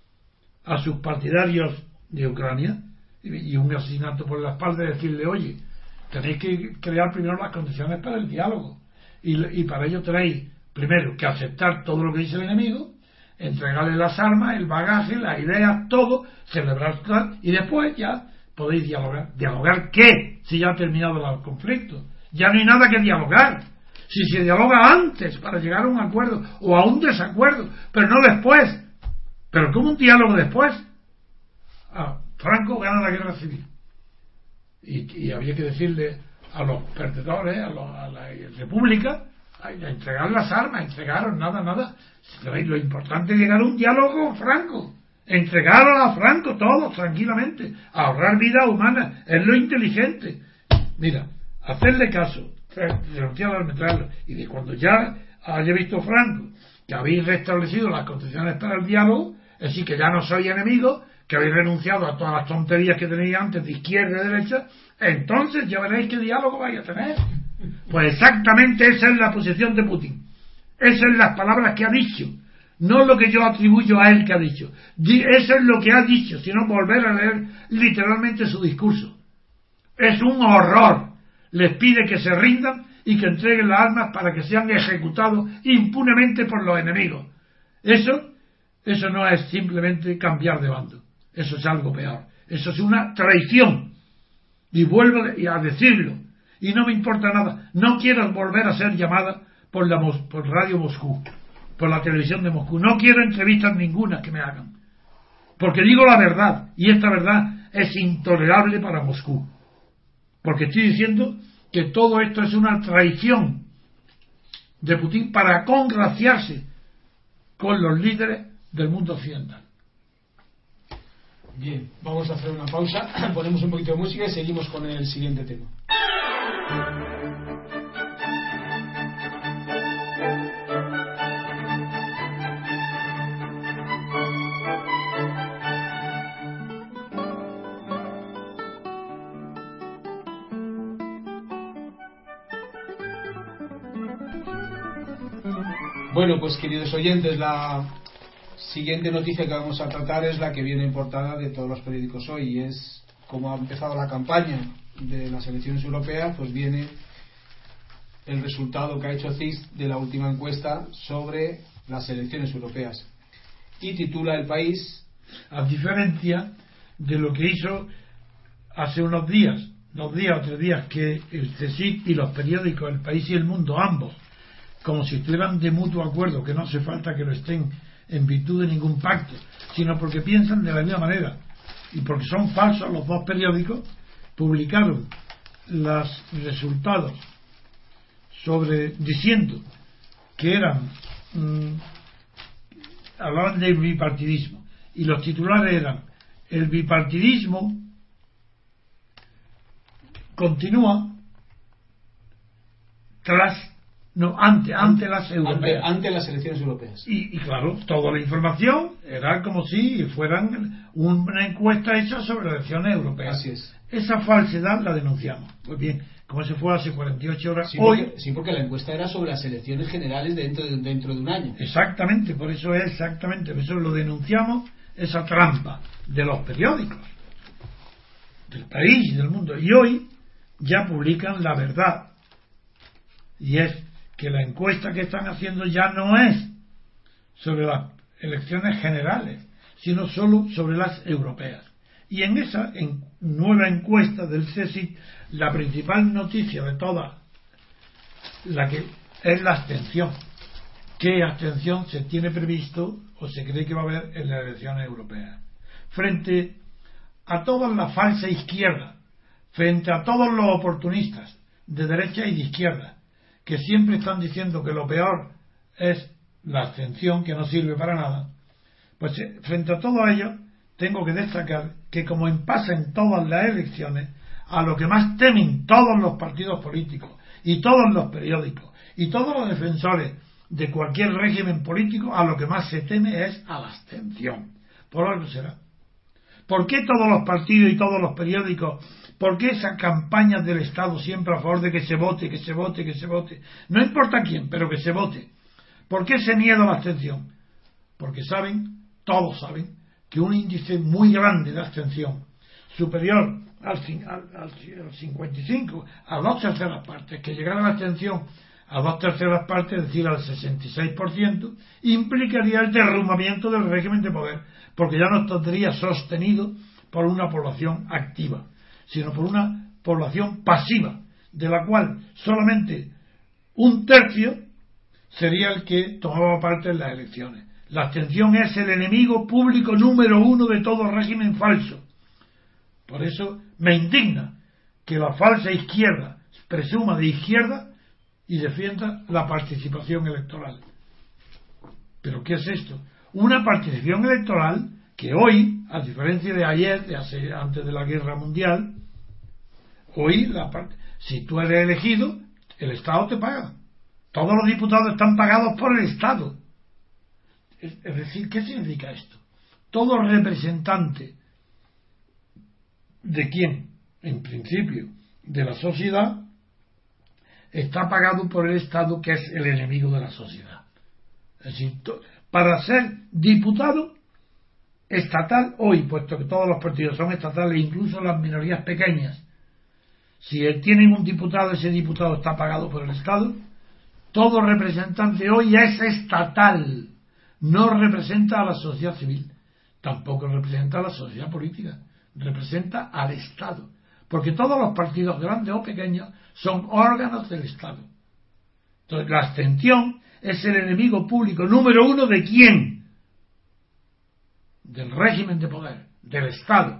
a sus partidarios de Ucrania? Y un asesinato por la espalda es decirle, oye, tenéis que crear primero las condiciones para el diálogo, y, y para ello tenéis primero que aceptar todo lo que dice el enemigo, entregarle las armas, el bagaje, las ideas, todo, celebrar, y después ya podéis dialogar. ¿Dialogar qué? Si ya ha terminado el conflicto, ya no hay nada que dialogar. Si se dialoga antes para llegar a un acuerdo o a un desacuerdo, pero no después. ¿Pero cómo un diálogo después? Ah, Franco gana la guerra civil, y, y había que decirle a los perdedores, a, los, a la república, a entregar las armas, entregaron nada, nada. Lo importante es llegar a un diálogo con Franco, entregarlo a Franco todos tranquilamente, ahorrar vida humana, es lo inteligente. Mira, hacerle caso, renunciar al arbitrario, y de cuando ya haya visto Franco que habéis restablecido las condiciones para el diálogo, es decir, que ya no sois enemigos, que habéis renunciado a todas las tonterías que tenéis antes de izquierda y derecha, entonces ya veréis qué diálogo vais a tener. Pues exactamente esa es la posición de Putin, esas son las palabras que ha dicho, no lo que yo atribuyo a él que ha dicho, eso es lo que ha dicho, sino volver a leer literalmente su discurso. Es un horror. Les pide que se rindan y que entreguen las armas para que sean ejecutados impunemente por los enemigos. Eso, eso no es simplemente cambiar de bando, eso es algo peor, eso es una traición, y vuelvo a decirlo, y no me importa nada, no quiero volver a ser llamada por la por Radio Moscú, por la televisión de Moscú, no quiero entrevistas ninguna que me hagan, porque digo la verdad, y esta verdad es intolerable para Moscú, porque estoy diciendo que todo esto es una traición de Putin para congraciarse con los líderes del mundo occidental. Bien, vamos a hacer una pausa, ponemos un poquito de música y seguimos con el siguiente tema. Bueno, pues queridos oyentes, la siguiente noticia que vamos a tratar es la que viene en portada de todos los periódicos hoy, y es como ha empezado la campaña de las elecciones europeas, pues viene el resultado que ha hecho C I S de la última encuesta sobre las elecciones europeas, y titula El País, a diferencia de lo que hizo hace unos días, dos días o tres días, que el C S I C y los periódicos El País y El Mundo, ambos, como si estuvieran de mutuo acuerdo, que no hace falta que lo estén en virtud de ningún pacto, sino porque piensan de la misma manera, y porque son falsos los dos periódicos, publicaron los resultados sobre, diciendo que eran mmm, hablaban de bipartidismo, y los titulares eran: el bipartidismo continúa tras No, ante, ante las europeas. Ante, ante las elecciones europeas. Y, y claro, toda la información era como si fueran una encuesta hecha sobre elecciones europeas. Así es. Esa falsedad la denunciamos. Pues bien, como se fue hace cuarenta y ocho horas, sí, hoy... Porque, sí, porque la encuesta era sobre las elecciones generales dentro de, dentro de un año. Exactamente, por eso es exactamente, por eso lo denunciamos, esa trampa de los periódicos, del país y del mundo. Y hoy ya publican la verdad. Y es que la encuesta que están haciendo ya no es sobre las elecciones generales, sino solo sobre las europeas. Y en esa en nueva encuesta del C S I C, la principal noticia de todas, la que es la abstención. ¿Qué abstención se tiene previsto o se cree que va a haber en las elecciones europeas? Frente a toda la falsa izquierda, frente a todos los oportunistas de derecha y de izquierda, que siempre están diciendo que lo peor es la abstención, que no sirve para nada, Pues frente a todo ello, tengo que destacar que, como en pasa en todas las elecciones, a lo que más temen todos los partidos políticos y todos los periódicos y todos los defensores de cualquier régimen político, a lo que más se teme es a la abstención. Por algo será. ¿Por qué todos los partidos y todos los periódicos, por qué esas campañas del Estado siempre a favor de que se vote, que se vote, que se vote? No importa quién, pero que se vote. ¿Por qué ese miedo a la abstención? Porque saben, todos saben, que un índice muy grande de abstención, superior al, al, al cincuenta y cinco, a dos terceras partes, que llegara la abstención a dos terceras partes, es decir, al sesenta y seis por ciento, implicaría el derrumbamiento del régimen de poder, porque ya no estaría sostenido por una población activa, sino por una población pasiva, de la cual solamente un tercio sería el que tomaba parte en las elecciones. La abstención es el enemigo público número uno de todo régimen falso. Por eso me indigna que la falsa izquierda presuma de izquierda y defienda la participación electoral. ¿Pero qué es esto? Una participación electoral que hoy, a diferencia de ayer, de hace, antes de la Guerra Mundial, hoy, la part- si tú eres elegido, el Estado te paga. Todos los diputados están pagados por el Estado. Es, es decir, ¿qué significa esto? Todo representante de quién, en principio, de la sociedad, está pagado por el Estado, que es el enemigo de la sociedad. Es decir, to- para ser diputado estatal hoy, puesto que todos los partidos son estatales, incluso las minorías pequeñas, si tienen un diputado, ese diputado está pagado por el Estado. Todo representante hoy es estatal, no representa a la sociedad civil, tampoco representa a la sociedad política, representa al Estado, porque todos los partidos, grandes o pequeños, son órganos del Estado. Entonces, la abstención es el enemigo público número uno de quién, del régimen de poder, del Estado.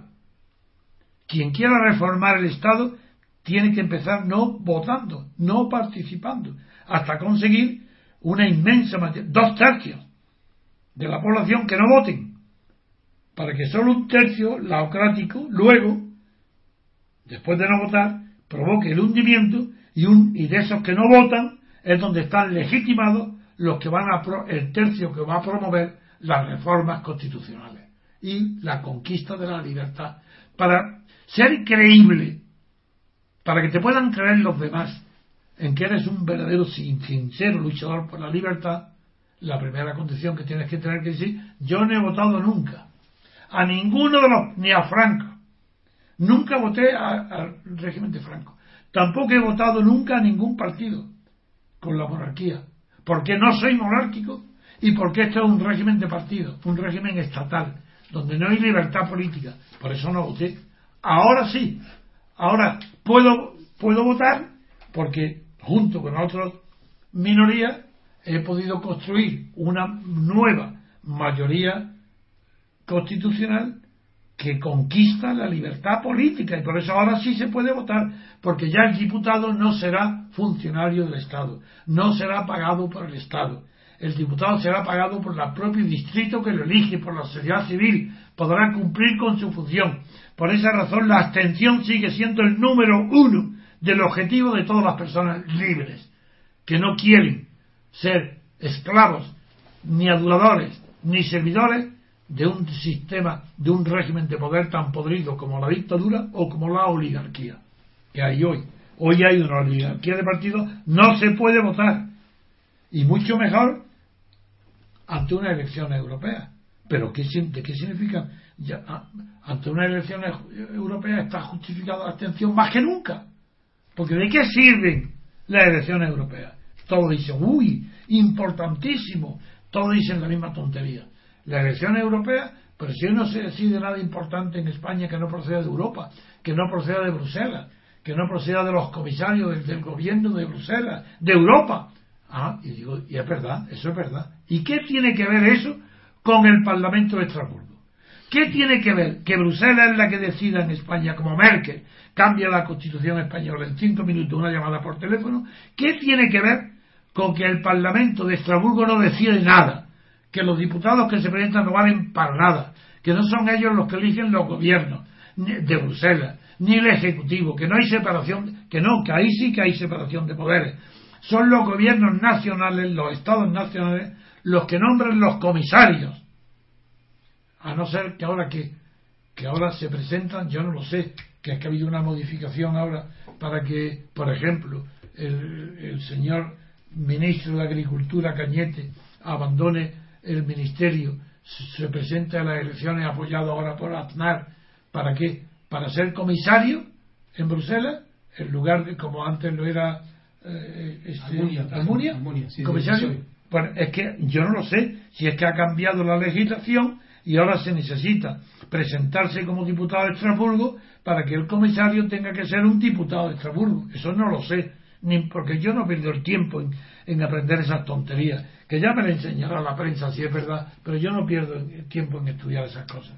Quien quiera reformar el Estado tiene que empezar no votando, no participando, hasta conseguir una inmensa mayoría, dos tercios de la población que no voten, para que solo un tercio laocrático luego, después de no votar, provoque el hundimiento, y un y de esos que no votan es donde están legitimados los que van a pro, el tercio que va a promover las reformas constitucionales y la conquista de la libertad. Para ser creíble, para que te puedan creer los demás en que eres un verdadero sincero luchador por la libertad, la primera condición que tienes que tener que decir: yo no he votado nunca a ninguno de los, ni a Franco, nunca voté al régimen de Franco, tampoco he votado nunca a ningún partido con la monarquía, porque no soy monárquico y porque esto es un régimen de partido, un régimen estatal donde no hay libertad política, por eso no voté. Ahora sí, ahora puedo puedo votar porque junto con otras minorías he podido construir una nueva mayoría constitucional que conquista la libertad política, y por eso ahora sí se puede votar, porque ya el diputado no será funcionario del Estado, no será pagado por el Estado. El diputado será pagado por el propio distrito que lo elige, por la sociedad civil, podrá cumplir con su función. Por esa razón la abstención sigue siendo el número uno del objetivo de todas las personas libres, que no quieren ser esclavos, ni aduladores, ni servidores de un sistema, de un régimen de poder tan podrido como la dictadura o como la oligarquía que hay hoy. Hoy hay una oligarquía de partidos, no se puede votar, y mucho mejor ante una elección europea. Pero ¿qué, ¿de qué significa? Ya, ante una elección europea está justificada la abstención más que nunca, porque ¿de qué sirven las elecciones europeas? Todos dicen, uy, importantísimo, todos dicen la misma tontería. Las elecciones europeas, pero si hoy no se decide nada importante en España que no proceda de Europa, que no proceda de Bruselas, que no proceda de los comisarios del, del gobierno de Bruselas, de Europa. Ah, y digo, y es verdad, eso es verdad. ¿Y qué tiene que ver eso con el Parlamento de Estrasburgo? ¿Qué tiene que ver que Bruselas es la que decida en España, como Merkel cambia la Constitución española en cinco minutos, una llamada por teléfono? ¿Qué tiene que ver con que el Parlamento de Estrasburgo no decide nada? que los diputados que se presentan no valen para nada, que no son ellos los que eligen los gobiernos de Bruselas, ni el Ejecutivo, que no hay separación, que no, que ahí sí que hay separación de poderes. Son los gobiernos nacionales, los estados nacionales, los que nombran los comisarios. A no ser que ahora que, que ahora se presentan, yo no lo sé, que es que ha habido una modificación ahora para que, por ejemplo, el, el señor ministro de Agricultura, Cañete, abandone el ministerio, se presente a las elecciones apoyado ahora por Aznar. ¿Para qué? Para ser comisario en Bruselas, en lugar de como antes lo era eh, este, Almunia, Almunia, Almunia sí, comisario. Sí. Bueno, es que yo no lo sé, si es que ha cambiado la legislación y ahora se necesita presentarse como diputado de Estrasburgo para que el comisario tenga que ser un diputado de Estrasburgo. Eso no lo sé, ni porque yo no pierdo el tiempo en, en aprender esas tonterías, que ya me lo enseñará la prensa si es verdad, pero yo no pierdo el tiempo en estudiar esas cosas.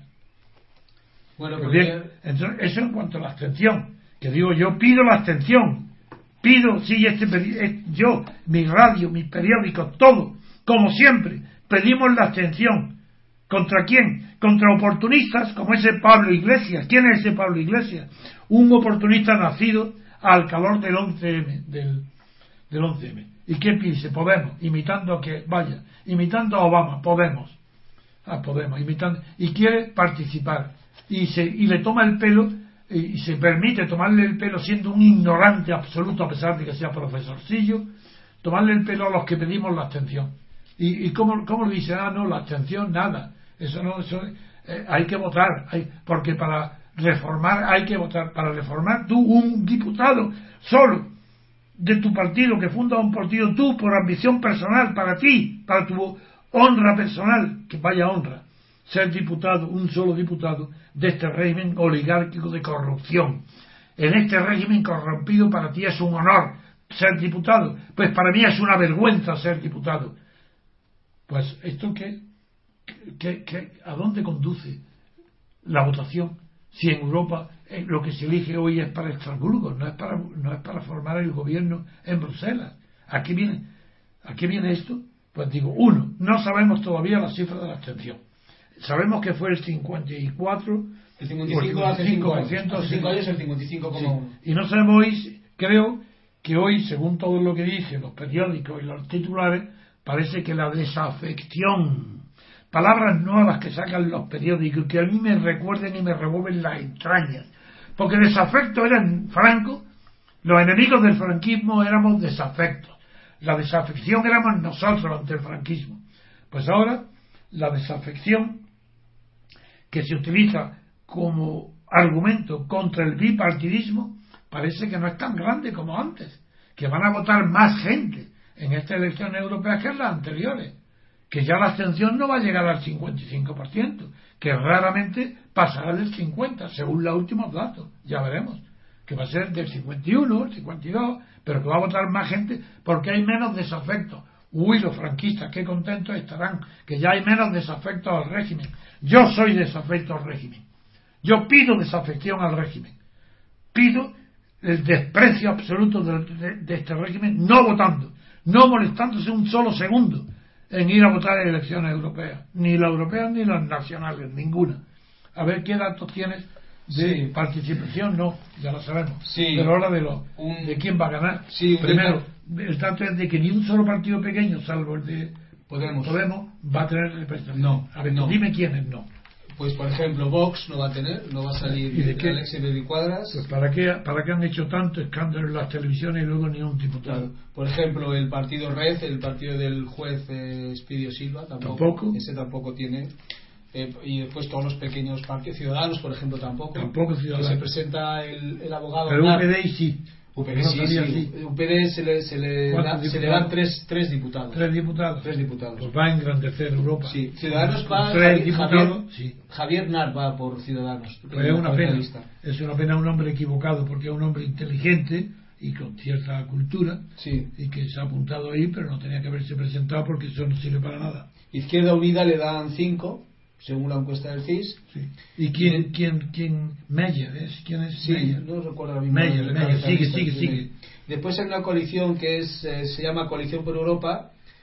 Bueno, pues pues bien, entonces, eso en cuanto a la abstención, que digo yo pido la abstención, pido, sí, este yo, mi radio, mis periódicos, todo, como siempre, pedimos la abstención. ¿Contra quién? Contra oportunistas como ese Pablo Iglesias. ¿Quién es ese Pablo Iglesias? Un oportunista nacido al calor del once eme, del, del once eme. ¿Y qué piensa? Podemos, imitando a que, vaya, imitando a Obama, Podemos, ah, Podemos, imitando, y quiere participar. Y, se, y le toma el pelo y se permite tomarle el pelo siendo un ignorante absoluto a pesar de que sea profesorcillo, tomarle el pelo a los que pedimos la abstención. ¿Y, y cómo, cómo le dice? Ah, no, la abstención, nada. Eso no, eso, eh, hay que votar, hay, porque para reformar hay que votar. Para reformar tú, un diputado solo de tu partido, que funda un partido, tú por ambición personal, para ti, para tu honra personal, que vaya honra, ser diputado, un solo diputado de este régimen oligárquico de corrupción. En este régimen corrompido para ti es un honor ser diputado, pues para mí es una vergüenza ser diputado. Pues esto qué, qué, qué ¿a dónde conduce la votación? Si en Europa eh, lo que se elige hoy es para Estrasburgo, no es para no es para formar el gobierno en Bruselas. ¿A qué viene? ¿A qué viene esto? Pues digo, uno, no sabemos todavía la cifra de la abstención. Sabemos que fue el cincuenta y cuatro, el cincuenta y cinco, hace cinco años, hace cinco años el cincuenta y cinco coma uno. Sí. Y no sabemos hoy, creo que hoy, según todo lo que dije, los periódicos y los titulares, parece que la desafección, palabras nuevas que sacan los periódicos, que a mí me recuerden y me revuelven las entrañas, porque desafecto eran Franco, los enemigos del franquismo éramos desafectos, la desafección éramos nosotros ante el franquismo. Pues ahora la desafección que se utiliza como argumento contra el bipartidismo parece que no es tan grande como antes, que van a votar más gente en estas elecciones europeas que en las anteriores, que ya la abstención no va a llegar al cincuenta y cinco por ciento, que raramente pasará del cincuenta por ciento según los últimos datos, ya veremos, que va a ser del cincuenta y uno, el cincuenta y dos, pero que va a votar más gente porque hay menos desafectos. Uy, los franquistas, qué contentos estarán, que ya hay menos desafectos al régimen. Yo soy desafecto al régimen. Yo pido desafección al régimen. Pido el desprecio absoluto de, de, de este régimen, no votando, no molestándose un solo segundo en ir a votar en elecciones europeas, ni las europeas ni las nacionales, ninguna. A ver qué datos tienes de sí. participación, no, ya lo sabemos. Sí. Pero ahora de lo un, de quién va a ganar. Sí, Primero, el dato es de que ni un solo partido pequeño, salvo el de Podemos, Podemos va a tener representación. No, a ver, no. dime quiénes no. Pues por ejemplo Vox no va a tener, no va a salir ¿Y de qué? Alexis Bedicuadras. Pues ¿para qué, ¿para qué han hecho tanto escándalo en las televisiones y luego ni un diputado? Claro. Por ejemplo el partido Red, el partido del juez eh, Espidio Silva, tampoco, ¿Tampoco? Ese tampoco tiene. Eh, y después todos los pequeños partidos, Ciudadanos por ejemplo tampoco. Tampoco Ciudadanos. Que se presenta el, el abogado. Pero U P D sí. U P D sí, sí. sí. U P D se le, se le, da, se le dan tres, tres diputados. Tres diputados. Tres diputados. Pues va a engrandecer Europa. Sí. Ciudadanos va. Tres Javier, diputados. Javier, sí. Javier Nar va por Ciudadanos. Pues es una pena. Es una pena un hombre equivocado porque es un hombre inteligente y con cierta cultura. Sí. Y que se ha apuntado ahí, pero no tenía que haberse presentado porque eso no sirve para nada. Izquierda Unida le dan cinco. Según la encuesta del C I S. Sí. ¿Y quién, quién, quién, Meyer es? ¿Quién es sí, Meyer? no recuerdo ahora mismo. Meyer, Meyer, sigue, sigue, sigue. Después hay una coalición que es eh, se llama Coalición por Europa,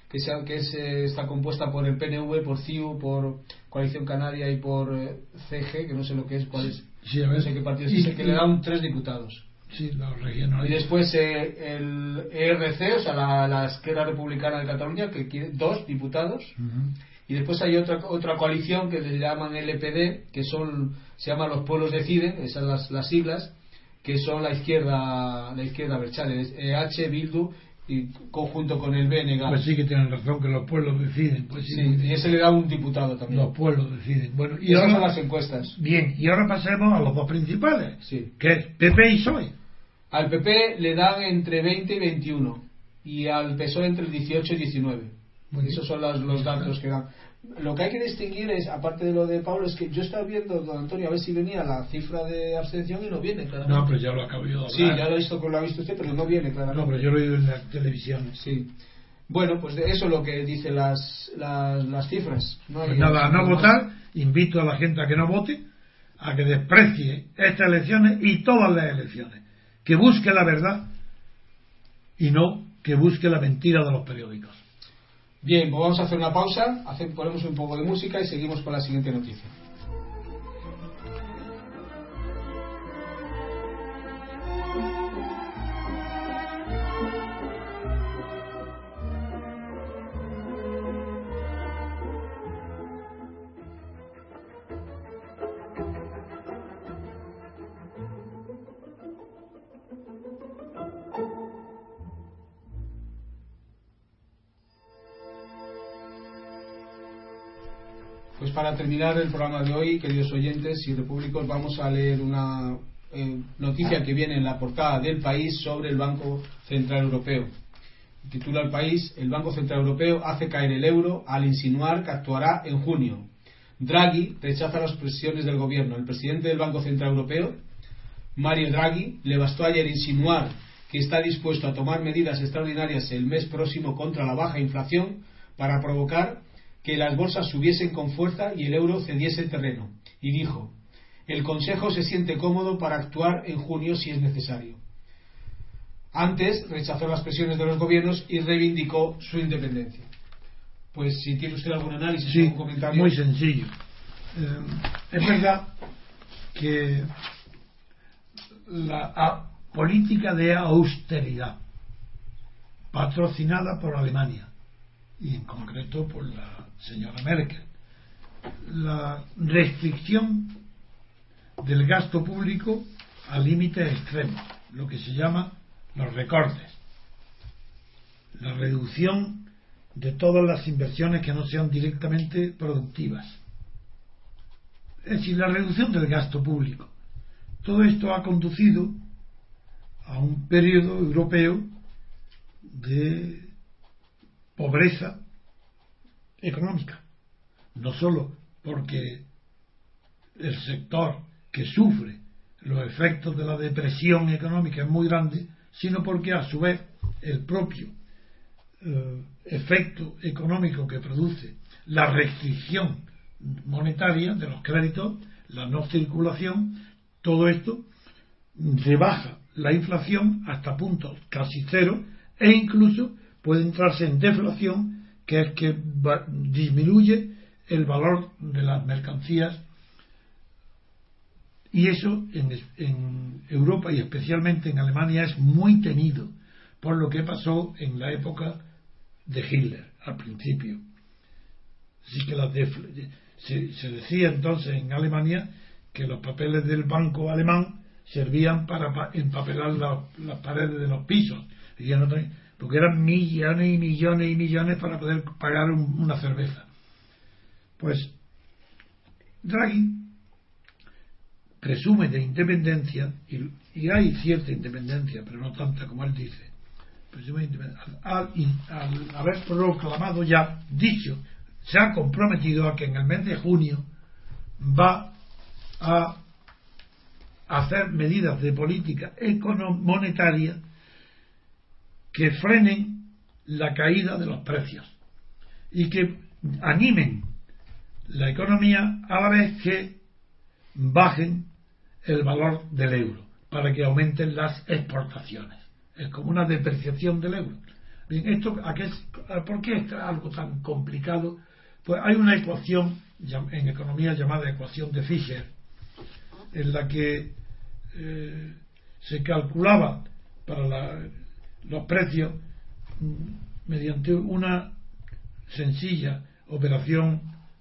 que, sea, que es, eh, está compuesta por el P N V, por C I U, por Coalición Canaria y por eh, C G, que no sé lo que es, cuál es, sí, a ver, no sé qué partido es y, ese, que y, le dan tres diputados. Sí, los regionales. Y después eh, el E R C, o sea, la, la Esquerra Republicana de Cataluña, que quiere dos diputados. Uh-huh. Y después hay otra otra coalición que se llaman L P D, que son, se llaman Los Pueblos Deciden, esas son las, las siglas, que son la izquierda, la izquierda Berchale, E H, Bildu, y conjunto con el B N G. Pues sí que tienen razón, que los pueblos deciden. Pues sí, sí, y ese le da un diputado también. Los pueblos deciden. Bueno, y esas ahora, son las encuestas. Bien, y ahora pasemos a los dos principales, sí. que es P P y P S O E. Al P P le dan entre veinte y veintiuno, y al P S O E entre el dieciocho y diecinueve. Bueno, esos son los, los datos que dan. Lo que hay que distinguir es, aparte de lo de Pablo, es que yo estaba viendo, don Antonio, a ver si venía la cifra de abstención y no viene, claramente. No, pero ya lo acabo yo de hablar. Sí, ya lo ha visto, lo ha visto usted, pero no viene, claramente. No, pero yo lo he oído en la televisión. Sí. Bueno, pues de eso es lo que dicen las, las, las cifras. No pues nada, a no votar, invito a la gente a que no vote, a que desprecie estas elecciones y todas las elecciones, que busque la verdad y no que busque la mentira de los periódicos. Bien, pues vamos a hacer una pausa, hacer, ponemos un poco de música y seguimos con la siguiente noticia. Pues para terminar el programa de hoy, queridos oyentes y repúblicos, vamos a leer una eh, noticia que viene en la portada del País sobre el Banco Central Europeo. Titula el País: el Banco Central Europeo hace caer el euro al insinuar que actuará en junio. Draghi rechaza las presiones del gobierno. El presidente del Banco Central Europeo, Mario Draghi, le bastó ayer insinuar que está dispuesto a tomar medidas extraordinarias el mes próximo contra la baja inflación para provocar que las bolsas subiesen con fuerza y el euro cediese terreno, y dijo: el Consejo se siente cómodo para actuar en junio si es necesario. Antes rechazó las presiones de los gobiernos y reivindicó su independencia. Pues si tiene usted algún análisis, sí, algún comentario. Muy sencillo. Eh, es verdad que la a, política de austeridad patrocinada por Alemania y en concreto por la señora Merkel, la restricción del gasto público a límites extremos, lo que se llama los recortes, la reducción de todas las inversiones que no sean directamente productivas, es decir, la reducción del gasto público. Todo esto ha conducido a un periodo europeo de pobreza económica, no solo porque el sector que sufre los efectos de la depresión económica es muy grande, sino porque a su vez el propio eh, efecto económico que produce la restricción monetaria de los créditos, la no circulación, todo esto rebaja la inflación hasta puntos casi cero e incluso puede entrarse en deflación, que es que va, disminuye el valor de las mercancías, y eso en, en Europa y especialmente en Alemania es muy temido por lo que pasó en la época de Hitler al principio. Así que la defl- se, se decía entonces en Alemania que los papeles del banco alemán servían para pa- empapelar la, las paredes de los pisos, y ya no ten- porque eran millones y millones y millones para poder pagar un, una cerveza. Pues Draghi presume de independencia, y, y hay cierta independencia, pero no tanta como él dice, presume de independencia, al, al haber proclamado ya, dicho, se ha comprometido a que en el mes de junio va a hacer medidas de política econom- monetaria que frenen la caída de los precios y que animen la economía a la vez que bajen el valor del euro para que aumenten las exportaciones. Es como una depreciación del euro. Bien, esto, ¿a qué, a, ¿por qué es algo tan complicado? Pues hay una ecuación en economía llamada ecuación de Fisher, en la que eh, se calculaba para la, los precios mediante una sencilla operación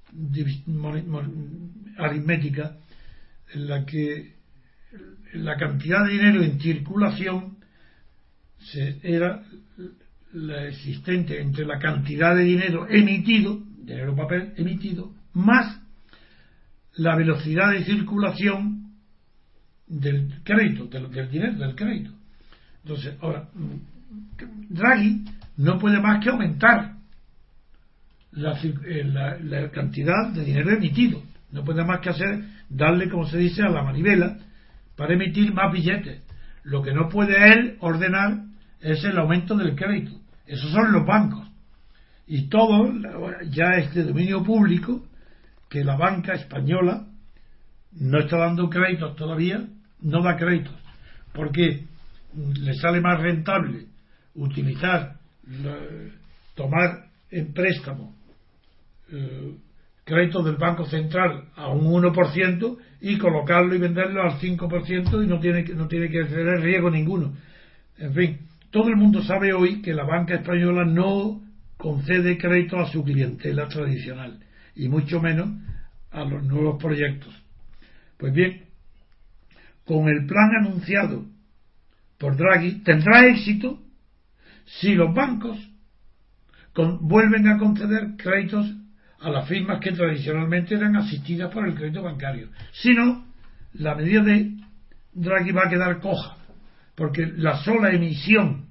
aritmética, en la que la cantidad de dinero en circulación se, era la existente entre la cantidad de dinero emitido, dinero papel emitido, más la velocidad de circulación del crédito, del, del dinero, del crédito. Entonces, ahora, Draghi no puede más que aumentar la, la, la cantidad de dinero emitido. No puede más que hacer, darle, como se dice, a la manivela para emitir más billetes. Lo que no puede él ordenar es el aumento del crédito. Esos son los bancos. Y todo ya es de dominio público que la banca española no está dando créditos todavía, no da créditos, porque le sale más rentable utilizar, tomar en préstamo eh, créditos del Banco Central a un uno por ciento y colocarlo y venderlo al cinco por ciento y no tiene, no tiene que tener riesgo ninguno. En fin, todo el mundo sabe hoy que la banca española no concede crédito a su clientela tradicional y mucho menos a los nuevos proyectos. Pues bien, con el plan anunciado por Draghi tendrá éxito si los bancos con, vuelven a conceder créditos a las firmas que tradicionalmente eran asistidas por el crédito bancario. Si no, la medida de Draghi va a quedar coja, porque la sola emisión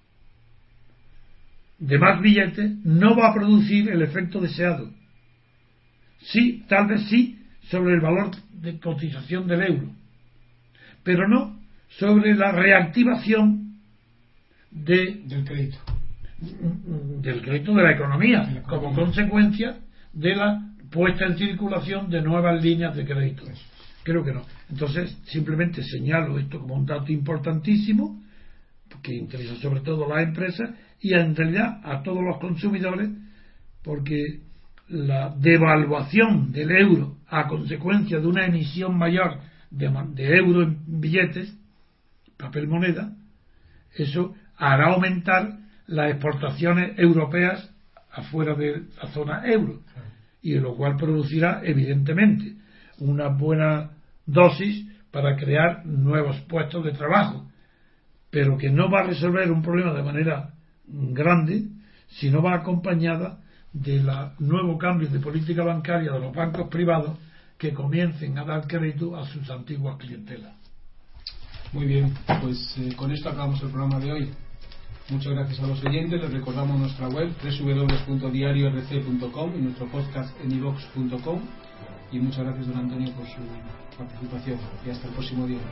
de más billetes no va a producir el efecto deseado. Sí, tal vez sí, sobre el valor de cotización del euro, pero no sobre la reactivación de, del crédito del crédito de la economía, de la como economía. Consecuencia de la puesta en circulación de nuevas líneas de crédito. Creo que no. Entonces, simplemente señalo esto como un dato importantísimo que interesa sobre todo a las empresas y en realidad a todos los consumidores, porque la devaluación del euro a consecuencia de una emisión mayor de, de euro en billetes, papel moneda, eso hará aumentar las exportaciones europeas afuera de la zona euro, y lo cual producirá evidentemente una buena dosis para crear nuevos puestos de trabajo, pero que no va a resolver un problema de manera grande si no va acompañada de la nuevo cambio de política bancaria de los bancos privados que comiencen a dar crédito a sus antiguas clientelas. Muy bien, pues eh, con esto acabamos el programa de hoy. Muchas gracias a los oyentes. Les recordamos nuestra web doble u doble u doble u punto diario r c punto com y nuestro podcast en ivox punto com. Y muchas gracias, don Antonio, por su participación. Y hasta el próximo día.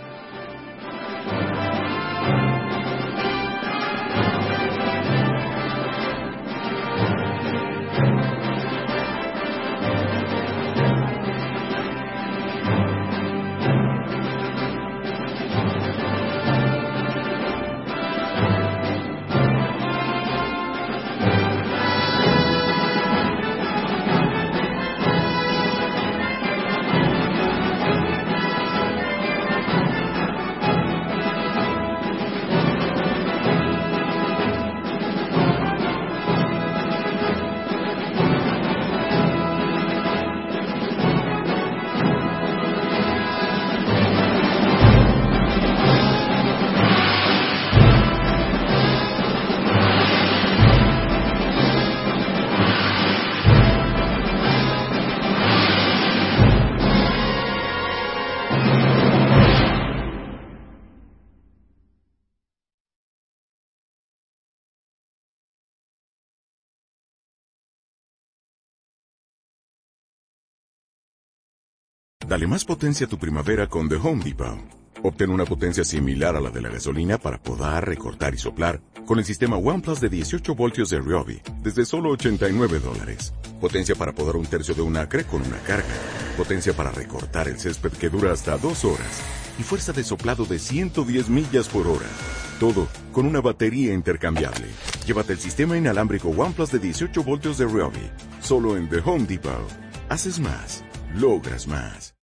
Dale más potencia a tu primavera con The Home Depot. Obtén una potencia similar a la de la gasolina para podar, recortar y soplar con el sistema OnePlus de dieciocho voltios de Ryobi desde solo ochenta y nueve dólares. Potencia para podar un tercio de un acre con una carga. Potencia para recortar el césped que dura hasta dos horas. Y fuerza de soplado de ciento diez millas por hora. Todo con una batería intercambiable. Llévate el sistema inalámbrico OnePlus de dieciocho voltios de Ryobi. Solo en The Home Depot. Haces más, logras más.